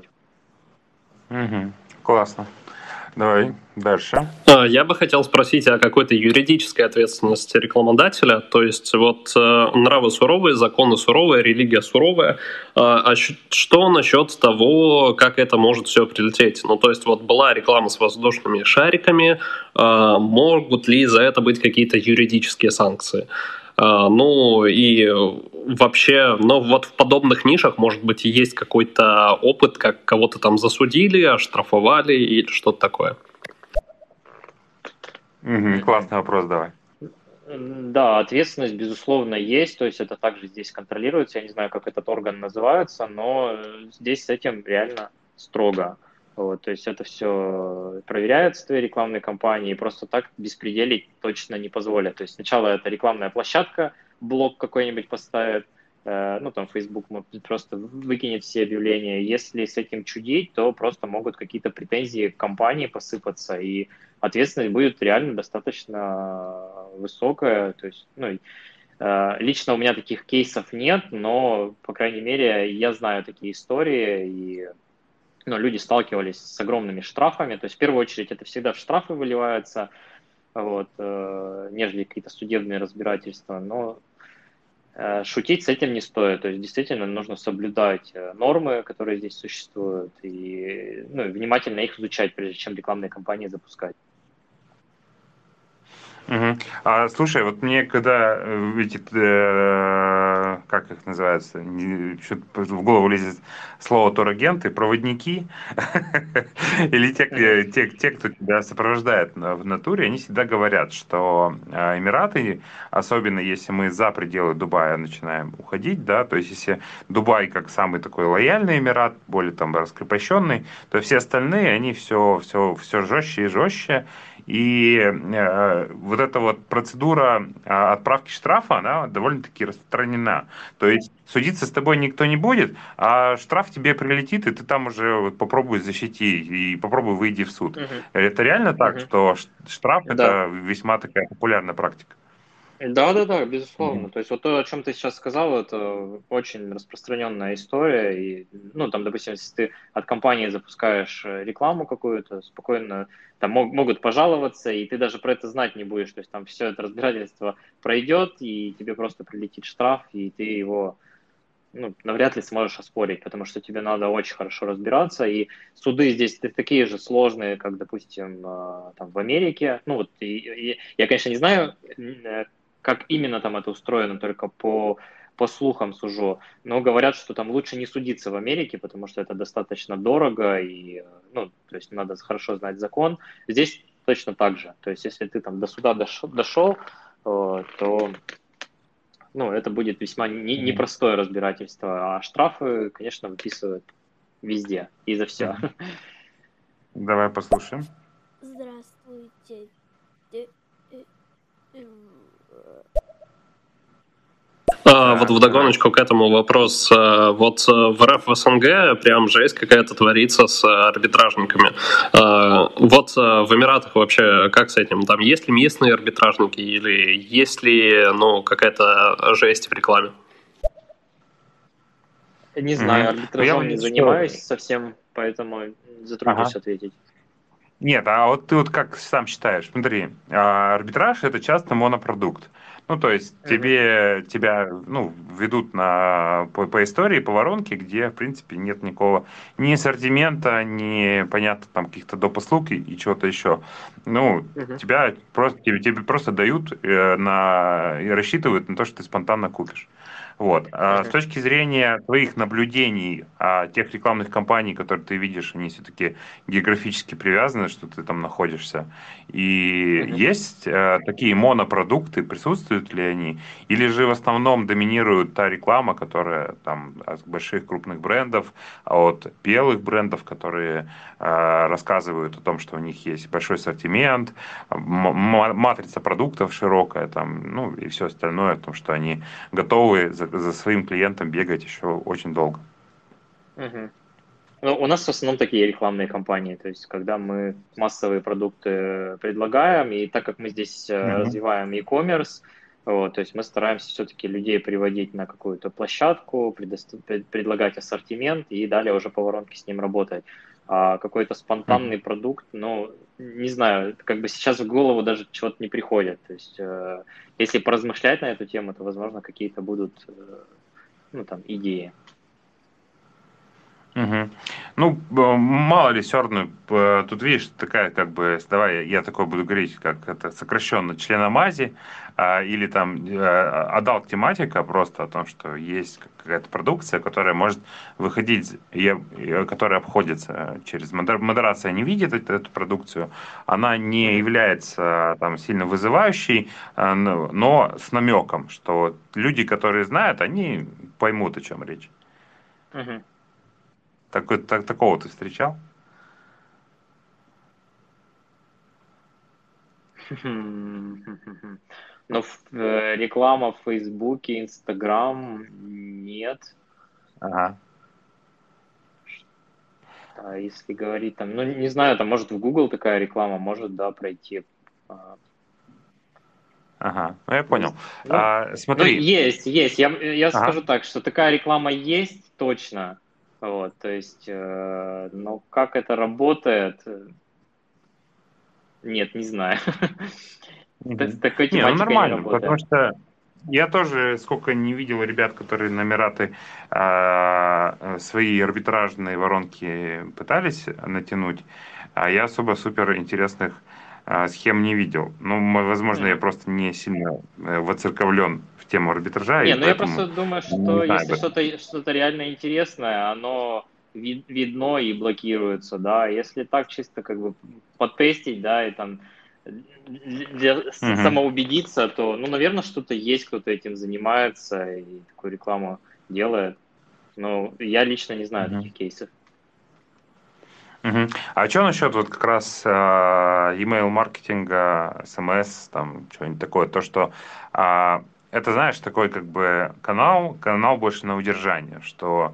Speaker 1: Классно. Давай дальше.
Speaker 9: Я бы хотел спросить о какой-то юридической ответственности рекламодателя. То есть вот нравы суровые, законы суровые, религия суровая. А что насчет того, как это может все прилететь? Ну, то есть вот была реклама с воздушными шариками. Могут ли за это быть какие-то юридические санкции? Ну и вообще, вот в подобных нишах, может быть, есть какой-то опыт, как кого-то там засудили, оштрафовали или что-то такое?
Speaker 1: Классный вопрос, давай.
Speaker 2: Да, ответственность, безусловно, есть, то есть это также здесь контролируется, я не знаю, как этот орган называется, но здесь с этим реально строго. Вот, то есть это все проверяется, твои рекламные кампании, и просто так беспределить точно не позволят. То есть сначала это рекламная площадка, блок какой-нибудь поставит, ну там Facebook просто выкинет все объявления. Если с этим чудить, то просто могут какие-то претензии к компании посыпаться, и ответственность будет реально достаточно высокая. То есть, лично у меня таких кейсов нет, но, по крайней мере, я знаю такие истории, и люди сталкивались с огромными штрафами. То есть, в первую очередь, это всегда в штрафы выливается, вот, нежели какие-то судебные разбирательства. Но шутить с этим не стоит. То есть, действительно, нужно соблюдать нормы, которые здесь существуют, и внимательно их изучать, прежде чем рекламные кампании запускать.
Speaker 1: Слушай, вот мне когда эти, как их называется, что-то в голову лезет слово турагенты, проводники, или те, кто тебя сопровождает в натуре, они всегда говорят, что Эмираты, особенно если мы за пределы Дубая начинаем уходить, да, то есть если Дубай как самый такой лояльный Эмират, более там раскрепощенный, то все остальные, они все жестче и жестче. И вот эта вот процедура отправки штрафа, она довольно-таки распространена. То есть судиться с тобой никто не будет, а штраф тебе прилетит, и ты там уже попробуй защити и попробуй выйди в суд. Это реально так, что штраф это весьма такая популярная практика?
Speaker 2: Да, безусловно. То есть вот то, о чем ты сейчас сказал, это очень распространенная история. И, там, допустим, если ты от компании запускаешь рекламу какую-то, спокойно там могут пожаловаться, и ты даже про это знать не будешь. То есть там все это разбирательство пройдет, и тебе просто прилетит штраф, и ты его навряд ли сможешь оспорить, потому что тебе надо очень хорошо разбираться, и суды здесь такие же сложные, как, допустим, там в Америке. Я, конечно, не знаю, как именно там это устроено, только по слухам сужу, но говорят, что там лучше не судиться в Америке, потому что это достаточно дорого, и, то есть надо хорошо знать закон. Здесь точно так же. То есть если ты там до суда дошел, то это будет весьма непростое разбирательство, а штрафы, конечно, выписывают везде и за все.
Speaker 1: Давай послушаем.
Speaker 10: Здравствуйте.
Speaker 9: Вот вдогоночку к этому вопрос. Вот в РФ, в СНГ прям жесть какая-то творится с арбитражниками. Вот в Эмиратах вообще как с этим? Там есть ли местные арбитражники или есть ли какая-то жесть в рекламе?
Speaker 2: Не знаю, арбитражом не занимаюсь совсем, поэтому затруднюсь ответить.
Speaker 1: Нет, а вот ты вот как сам считаешь? Смотри, арбитраж это часто монопродукт. Ну, то есть тебя ведут по истории, по воронке, где, в принципе, нет никакого ни ассортимента, ни, понятно, там каких-то доп. Услуг и чего-то еще. Ну, тебе просто дают и рассчитывают на то, что ты спонтанно купишь. Вот. А с точки зрения твоих наблюдений тех рекламных кампаний, которые ты видишь, они все-таки географически привязаны, что ты там находишься. И есть такие монопродукты, присутствуют ли они? Или же в основном доминирует та реклама, которая там от больших крупных брендов, от белых брендов, которые рассказывают о том, что у них есть большой ассортимент, матрица продуктов широкая, там, ну и все остальное, о том, что они готовы за своим клиентом бегать еще очень долго.
Speaker 2: Ну, у нас в основном такие рекламные кампании, то есть когда мы массовые продукты предлагаем, и так как мы здесь развиваем e-commerce, вот, то есть мы стараемся все-таки людей приводить на какую-то площадку, предлагать ассортимент и далее уже по воронке с ним работать. А какой-то спонтанный продукт, ну, не знаю, как бы сейчас в голову даже чего-то не приходит. То есть если поразмышлять на эту тему, то, возможно, какие-то будут, ну, там, идеи.
Speaker 1: Ну, мало ли, все равно, тут, видишь, такая, как бы, давай я такой буду говорить, как это сокращенно, членомази, или там адалт-тематика, просто о том, что есть какая-то продукция, которая может выходить, которая обходится через модерация, не видит эту продукцию, она не является там сильно вызывающей, но с намеком, что люди, которые знают, они поймут, о чем речь. Такого ты встречал?
Speaker 2: Ну, реклама в Фейсбуке, Инстаграм нет.
Speaker 1: Ага.
Speaker 2: А если говорить там, ну, не знаю, там, может, в Google такая реклама может, да, пройти.
Speaker 1: Ага, ну я понял.
Speaker 2: Смотри. Ну, есть. Я скажу так, что такая реклама есть точно. Вот, то есть, но как это работает, нет, не знаю. Такой тематикой не
Speaker 1: нормально,
Speaker 2: работает.
Speaker 1: потому что я тоже сколько не видел ребят, которые на Эмираты свои арбитражные воронки пытались натянуть, а я особо супер интересных схем не видел. Ну, возможно, я просто не сильно воцерковлен в тему арбитража.
Speaker 2: Не, ну я просто думаю, что если что-то реально интересное, оно видно и блокируется, да. Если так чисто как бы потестить, да, и там самоубедиться, то, ну, наверное, что-то есть, кто-то этим занимается и такую рекламу делает. Но я лично не знаю таких кейсов.
Speaker 1: А что насчет вот как раз email маркетинга, смс, там что-нибудь такое, то что это, знаешь, такой как бы канал больше на удержание, что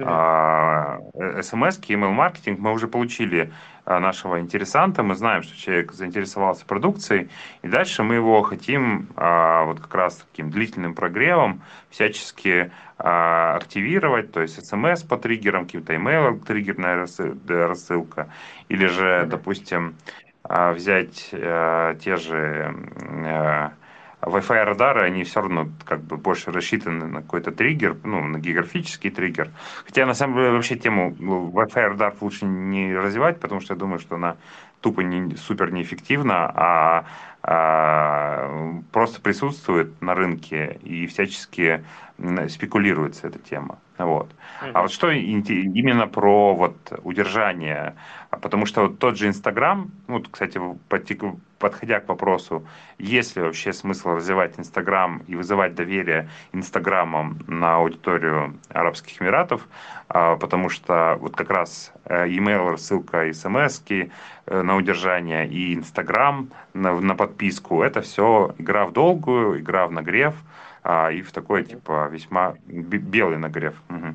Speaker 1: смс-ки, email маркетинг мы уже получили нашего интересанта, мы знаем, что человек заинтересовался продукцией, и дальше мы его хотим вот как раз таким длительным прогревом всячески активировать, то есть смс по триггерам, каким-то email триггерная рассылка, или же, допустим, взять те же Wi-Fi радары, они все равно как бы больше рассчитаны на какой-то триггер, ну, на географический триггер. Хотя, на самом деле, вообще тему Wi-Fi радаров лучше не развивать, потому что я думаю, что она тупо супер неэффективна, просто присутствует на рынке и всячески спекулируется эта тема. Вот. А вот что именно про вот удержание, потому что вот тот же Инстаграм, ну, кстати, подходя к вопросу, есть ли вообще смысл развивать Инстаграм и вызывать доверие Инстаграмом на аудиторию Арабских Эмиратов, потому что вот как раз e-mail, рассылка, смс-ки на удержание и Инстаграм на подписку, это все игра в долгую, игра в нагрев, и в такой, типа, весьма белый нагрев.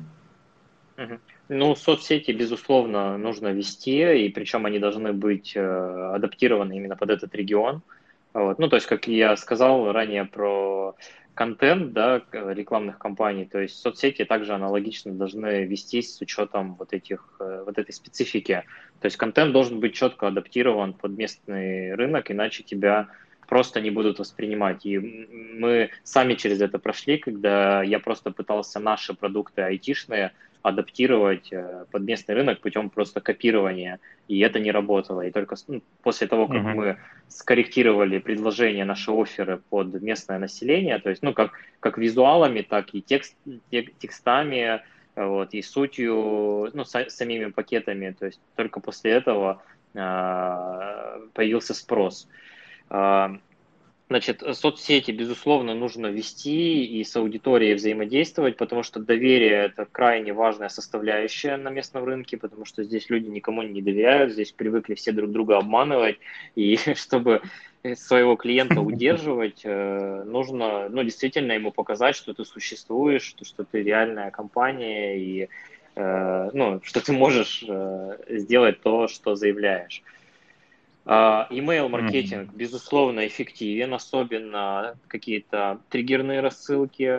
Speaker 2: Ну, соцсети, безусловно, нужно вести, и причем они должны быть адаптированы именно под этот регион. Вот. Ну, то есть, как я сказал ранее про контент, да, рекламных кампаний, то есть соцсети также аналогично должны вестись с учетом вот этой специфики. То есть контент должен быть четко адаптирован под местный рынок, иначе тебя просто не будут воспринимать. И мы сами через это прошли, когда я просто пытался наши продукты айтишные адаптировать под местный рынок путем просто копирования, и это не работало. И только после того, как мы скорректировали предложения, наши офферы под местное население, то есть, как визуалами, так и текстами, вот, и сутью, самими пакетами, то есть только после этого появился спрос. Значит, соцсети, безусловно, нужно вести и с аудиторией взаимодействовать, потому что доверие – это крайне важная составляющая на местном рынке, потому что здесь люди никому не доверяют, здесь привыкли все друг друга обманывать, и чтобы своего клиента удерживать, нужно, действительно ему показать, что ты существуешь, что ты реальная компания, и, что ты можешь сделать то, что заявляешь. Email-маркетинг, безусловно, эффективен, особенно какие-то триггерные рассылки,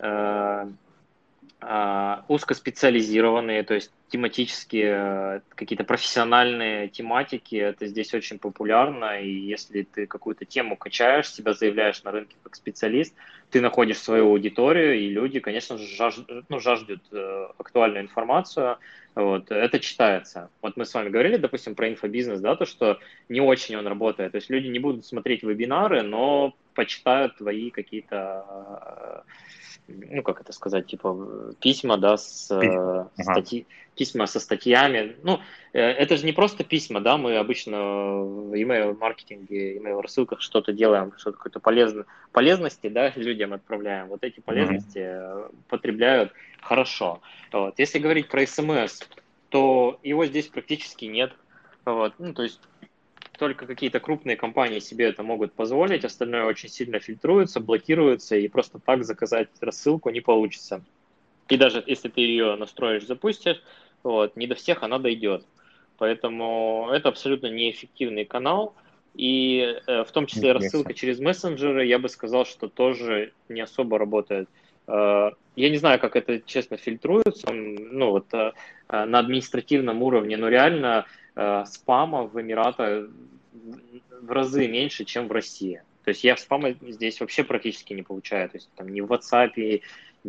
Speaker 2: узкоспециализированные, то есть тематические, какие-то профессиональные тематики, это здесь очень популярно, и если ты какую-то тему качаешь, себя заявляешь на рынке как специалист, ты находишь свою аудиторию, и люди, конечно же, жаждут актуальную информацию. Вот, это читается. Вот мы с вами говорили, допустим, про инфобизнес, да, то, что не очень он работает. То есть люди не будут смотреть вебинары, но почитают твои какие-то, как это сказать, типа письма, да, письма со статьями. Это же не просто письма, да, мы обычно в email-маркетинге, email-рассылках что-то делаем, что-то какой-то полезности, да, людям отправляем. Вот эти полезности потребляют хорошо. Вот. Если говорить про СМС, то его здесь практически нет. Вот. То есть только какие-то крупные компании себе это могут позволить, остальное очень сильно фильтруется, блокируется, и просто так заказать рассылку не получится. И даже если ты ее настроишь, запустишь, не до всех она дойдет. Поэтому это абсолютно неэффективный канал. И в том числе рассылка через мессенджеры, я бы сказал, что тоже не особо работает. Я не знаю, как это, честно, фильтруется, на административном уровне, но реально спама в Эмиратах в разы меньше, чем в России. То есть я спама здесь вообще практически не получаю. То есть там ни в WhatsApp,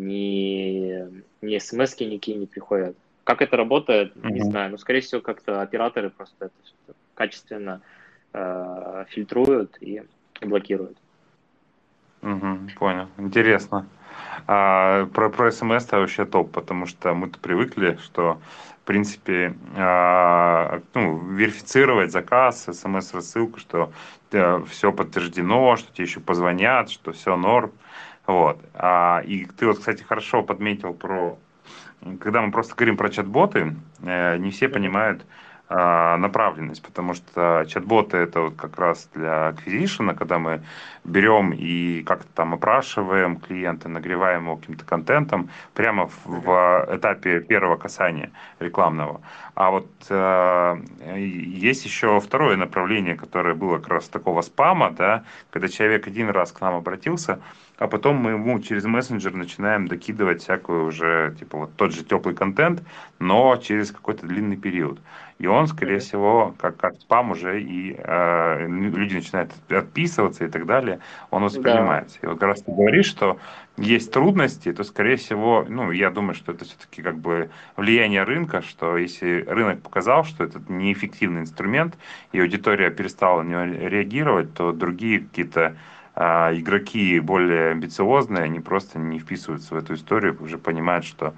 Speaker 2: ни смс-ки никакие не приходят. Как это работает, не знаю. Но, скорее всего, как-то операторы просто это качественно фильтруют и блокируют.
Speaker 1: Понял. Интересно. Про смс-то вообще топ, потому что мы-то привыкли, что, в принципе, верифицировать заказ, смс-рассылку, что все подтверждено, что тебе еще позвонят, что все норм. Вот. И ты кстати, хорошо подметил когда мы просто говорим про чат-боты, не все понимают направленность, потому что чат-боты это как раз для acquisition, когда мы берем и как-то там опрашиваем клиента, нагреваем его каким-то контентом прямо в этапе первого касания рекламного. А вот есть еще второе направление, которое было как раз такого спама, да, когда человек один раз к нам обратился, а потом мы ему через мессенджер начинаем докидывать всякую уже, типа тот же теплый контент, но через какой-то длинный период. И он, скорее всего, как спам уже, и люди начинают отписываться и так далее, он воспринимается. И вот как раз ты говоришь, что есть трудности, то, скорее всего, я думаю, что это все-таки как бы влияние рынка, что если рынок показал, что это неэффективный инструмент, и аудитория перестала на него реагировать, то другие какие-то игроки более амбициозные, они просто не вписываются в эту историю, уже понимают, что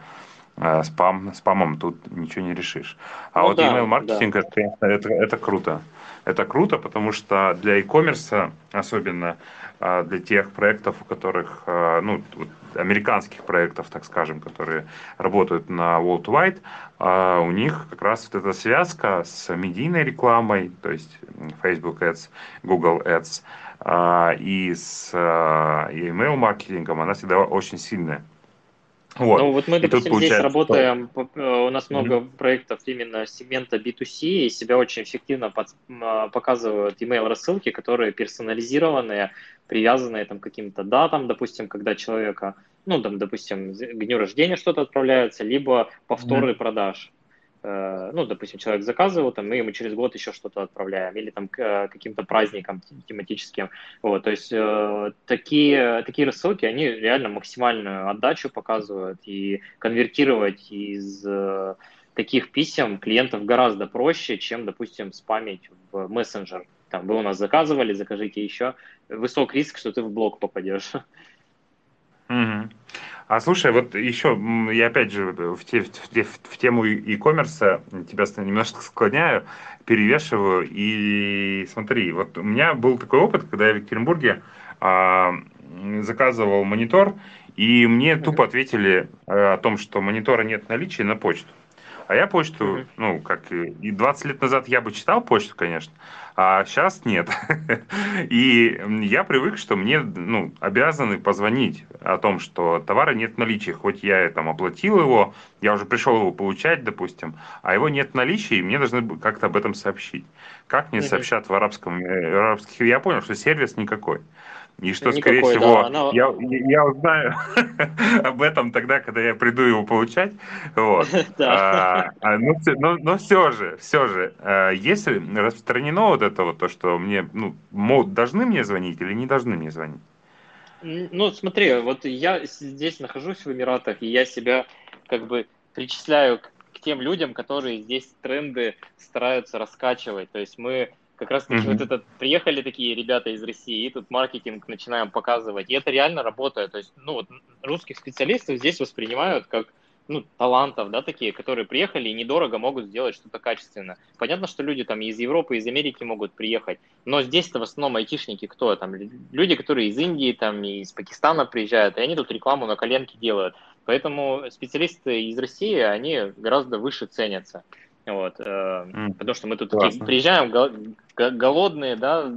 Speaker 1: спамом тут ничего не решишь. Email-маркетинг, это круто. Это круто, потому что для e-commerce, особенно для тех проектов, у которых, американских проектов, так скажем, которые работают на worldwide, у них как раз вот эта связка с медийной рекламой, то есть Facebook Ads, Google Ads, и с email-маркетингом, она всегда очень сильная.
Speaker 2: Вот. Мы, допустим, здесь работаем, у нас много проектов именно сегмента B2C, и себя очень эффективно показывают email-рассылки, которые персонализированные, привязанные там, к каким-то датам, допустим, когда человека, допустим, к дню рождения что-то отправляется, либо повторы продаж. ну, допустим, человек заказывал, там, мы ему через год еще что-то отправляем, или там к каким-то праздникам тематическим. Вот, то есть такие рассылки, они реально максимальную отдачу показывают, и конвертировать из таких писем клиентов гораздо проще, чем, допустим, спамить в мессенджер. Там, вы у нас заказывали, закажите еще. Высок риск, что ты в блог попадешь.
Speaker 1: Мгм. А слушай, вот еще, я опять же в тему e-commerce тебя немножко склоняю, перевешиваю, и смотри, вот у меня был такой опыт, когда я в Екатеринбурге заказывал монитор, и мне тупо ответили о том, что монитора нет в наличии на почту. А я почту, ну, как и 20 лет назад я бы читал почту, конечно, а сейчас нет. И я привык, что мне, ну, обязаны позвонить о том, что товара нет в наличии, хоть я там оплатил его, я уже пришел его получать, допустим, а его нет в наличии, и мне должны как-то об этом сообщить. Как мне сообщат в арабских? Я понял, что сервис никакой. И что, скорее
Speaker 2: Никакой,
Speaker 1: всего,
Speaker 2: да.
Speaker 1: я узнаю об этом тогда, когда я приду его получать. Вот.
Speaker 2: Да.
Speaker 1: Но все же, если распространено вот это вот, то, что мне, ну, должны мне звонить или не должны мне звонить?
Speaker 2: Ну, смотри, вот я здесь нахожусь в Эмиратах, и я себя как бы причисляю к тем людям, которые здесь тренды стараются раскачивать. То есть мы как раз-таки вот это приехали такие ребята из России, и тут маркетинг начинаем показывать, и это реально работает. То есть, ну, вот русских специалистов здесь воспринимают как, ну, талантов, да, такие, которые приехали и недорого могут сделать что-то качественно. Понятно, что люди там из Европы, из Америки могут приехать, но здесь-то в основном айтишники кто? Там люди, которые из Индии, там, из Пакистана приезжают, и они тут рекламу на коленке делают. Поэтому специалисты из России, они гораздо выше ценятся. Вот, потому что мы тут такие приезжаем голодные, да,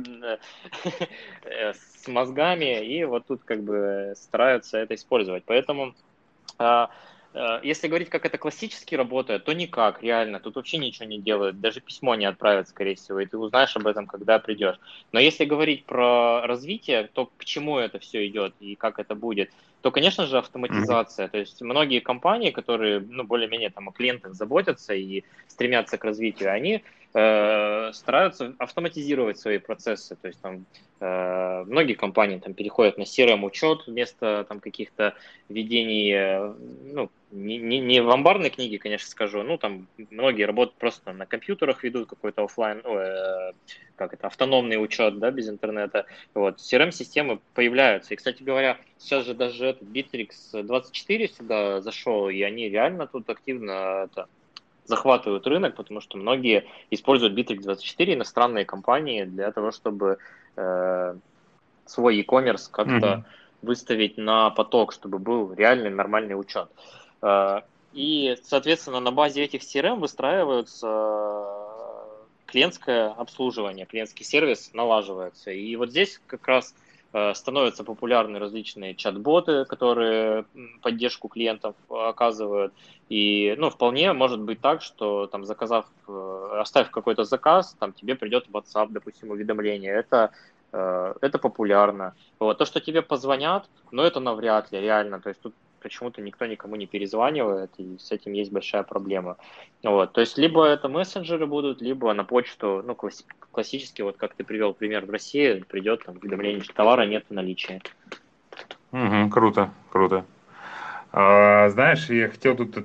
Speaker 2: с мозгами, и вот тут как бы стараются это использовать. Поэтому если говорить, как это классически работает, то никак, реально. Тут вообще ничего не делают, даже письмо не отправят, скорее всего, и ты узнаешь об этом, когда придешь. Но если говорить про развитие, то к чему это все идет и как это будет, то, конечно же, автоматизация. То есть многие компании, которые, ну, более-менее там о клиентах заботятся и стремятся к развитию, они стараются автоматизировать свои процессы. То есть там многие компании там переходят на CRM-учет вместо там каких-то ведений, ну, не в амбарной книге, конечно, скажу, ну, там многие работают просто на компьютерах, ведут какой-то офлайн, как это, автономный учет, да, без интернета. Вот, CRM-системы появляются. И, кстати говоря, сейчас же даже этот Bittrex 24 сюда зашел, и они реально тут активно захватывают рынок, потому что многие используют Bittrex 24, иностранные компании, для того, чтобы свой e-commerce как-то выставить на поток, чтобы был реальный нормальный учет. И, соответственно, на базе этих CRM выстраиваются клиентское обслуживание, клиентский сервис налаживается. И вот здесь как раз становятся популярны различные чат-боты, которые поддержку клиентов оказывают. И, ну, вполне может быть так, что там оставив какой-то заказ, там тебе придет в WhatsApp, допустим, уведомление. Это популярно. Вот. То, что тебе позвонят, но это навряд ли, реально. То есть тут почему-то никто никому не перезванивает, и с этим есть большая проблема. Вот. То есть либо это мессенджеры будут, либо на почту, ну, классически, вот как ты привел пример в России, придет там уведомление, что товара нет в наличии.
Speaker 1: Круто, круто. Знаешь, я хотел тут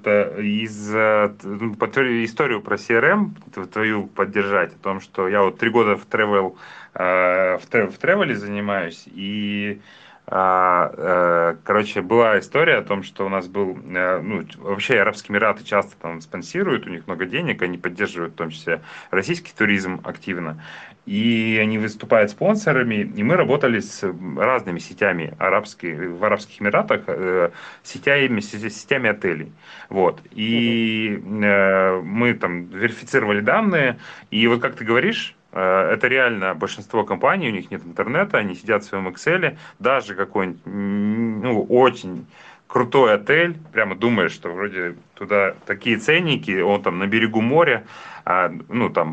Speaker 1: историю про CRM твою поддержать, о том, что я вот 3 года в тревеле занимаюсь, и короче, была история о том, что у нас был, ну, вообще Арабские Эмираты часто там спонсируют, у них много денег, они поддерживают в том числе российский туризм активно, и они выступают спонсорами, и мы работали с разными сетями в Арабских Эмиратах, сетями отелей, вот, и мы там верифицировали данные, и вот как ты говоришь, это реально большинство компаний, у них нет интернета, они сидят в своем Excel, даже какой-нибудь, ну, очень крутой отель, прямо думаешь, что вроде туда такие ценники, он там на берегу моря, ну, там,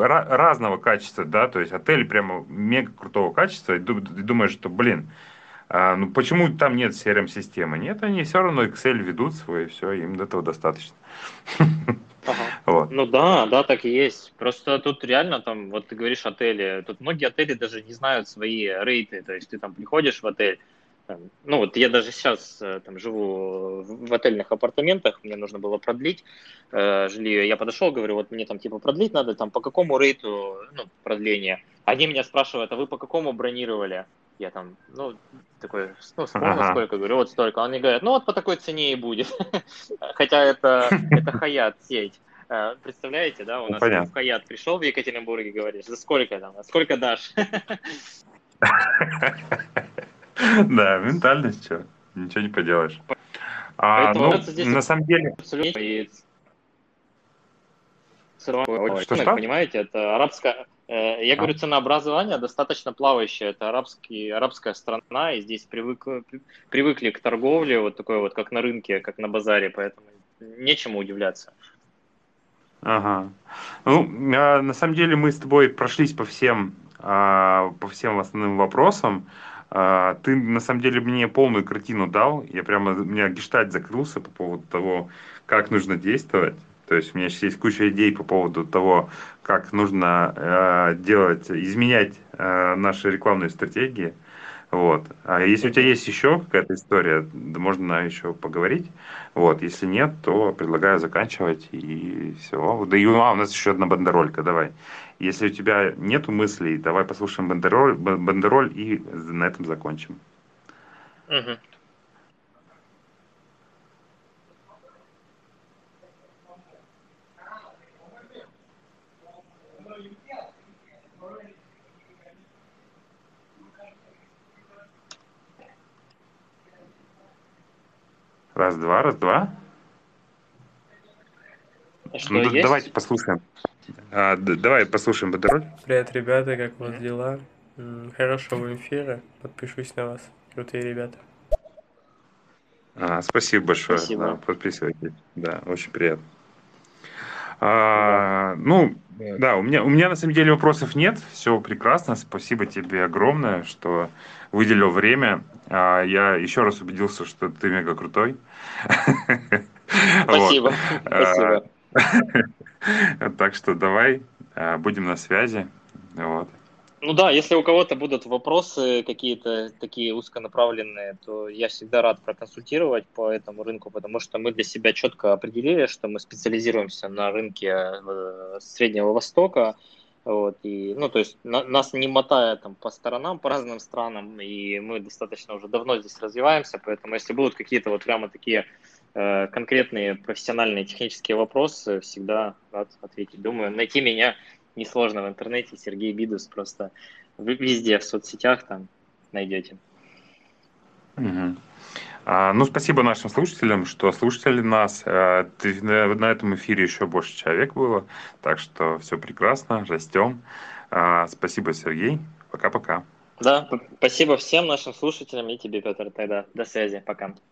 Speaker 1: разного качества, да, то есть отель прямо мега крутого качества, и думаешь, что, блин, Ну, почему там нет CRM-системы? Нет, они все равно Excel ведут свой, и все, им этого достаточно.
Speaker 2: Ага.
Speaker 1: Вот.
Speaker 2: Ну да, да, так и есть. Просто тут реально там, вот ты говоришь отели, тут многие отели даже не знают свои рейты, то есть ты там приходишь в отель, ну вот я даже сейчас там живу в отельных апартаментах, мне нужно было продлить жилье, я подошел, говорю, вот мне там типа продлить надо, там по какому рейту, ну, продление. Они меня спрашивают, а вы по какому бронировали? Я там, ну, такой, ну, вспомнил сколько, говорю, вот столько. Они говорят, ну, вот по такой цене и будет. Хотя это Хаят сеть. Представляете, да, у нас в Хаят пришел в Екатеринбурге, говоришь, за сколько там, а сколько дашь?
Speaker 1: Да, ментальность, что, ничего не поделаешь. Ну, на самом деле... Что?
Speaker 2: Понимаете, это арабская... Я говорю, ценообразование достаточно плавающее. Это арабская страна, и здесь привыкли к торговле, вот такой вот, как на рынке, как на базаре, поэтому нечему удивляться.
Speaker 1: Ага. Ну, на самом деле мы с тобой прошлись по всем основным вопросам. Ты, на самом деле, мне полную картину дал. У меня гештальт закрылся по поводу того, как нужно действовать. То есть у меня сейчас есть куча идей по поводу того, как нужно изменять наши рекламные стратегии. Вот. А если у тебя есть еще какая-то история, можно еще поговорить. Вот. Если нет, то предлагаю заканчивать и все. Да и у нас еще одна бандеролька, давай. Если у тебя нету мыслей, давай послушаем бандероль и на этом закончим.
Speaker 2: Угу.
Speaker 1: Раз-два.
Speaker 2: Что, есть?
Speaker 1: Давайте послушаем. Давай послушаем бандероль.
Speaker 11: Привет, ребята, как у вас дела? Хорошего эфира, подпишусь на вас. Крутые ребята.
Speaker 1: Спасибо большое.
Speaker 2: Спасибо.
Speaker 1: Да, подписывайтесь. Да, очень приятно. Ну, да, у меня на самом деле вопросов нет. Все прекрасно. Спасибо тебе огромное, что выделил время. Я еще раз убедился, что ты мега крутой.
Speaker 2: Спасибо. Спасибо.
Speaker 1: Так что давай, будем на связи. Вот.
Speaker 2: Ну да, если у кого-то будут вопросы какие-то такие узконаправленные, то я всегда рад проконсультировать по этому рынку, потому что мы для себя четко определили, что мы специализируемся на рынке Среднего Востока. Вот, и, ну, то есть нас не мотает там по сторонам, по разным странам, и мы достаточно уже давно здесь развиваемся, поэтому если будут какие-то вот прямо такие конкретные профессиональные технические вопросы, всегда рад ответить. Думаю, найти меня несложно в интернете, Сергей Бидус, просто вы везде в соцсетях там найдете.
Speaker 1: Угу. Ну, спасибо нашим слушателям, что слушали нас. На этом эфире еще больше человек было, так что все прекрасно, растем. Спасибо, Сергей. Пока-пока.
Speaker 2: Да, спасибо всем нашим слушателям и тебе, Петр, тогда. До связи, пока.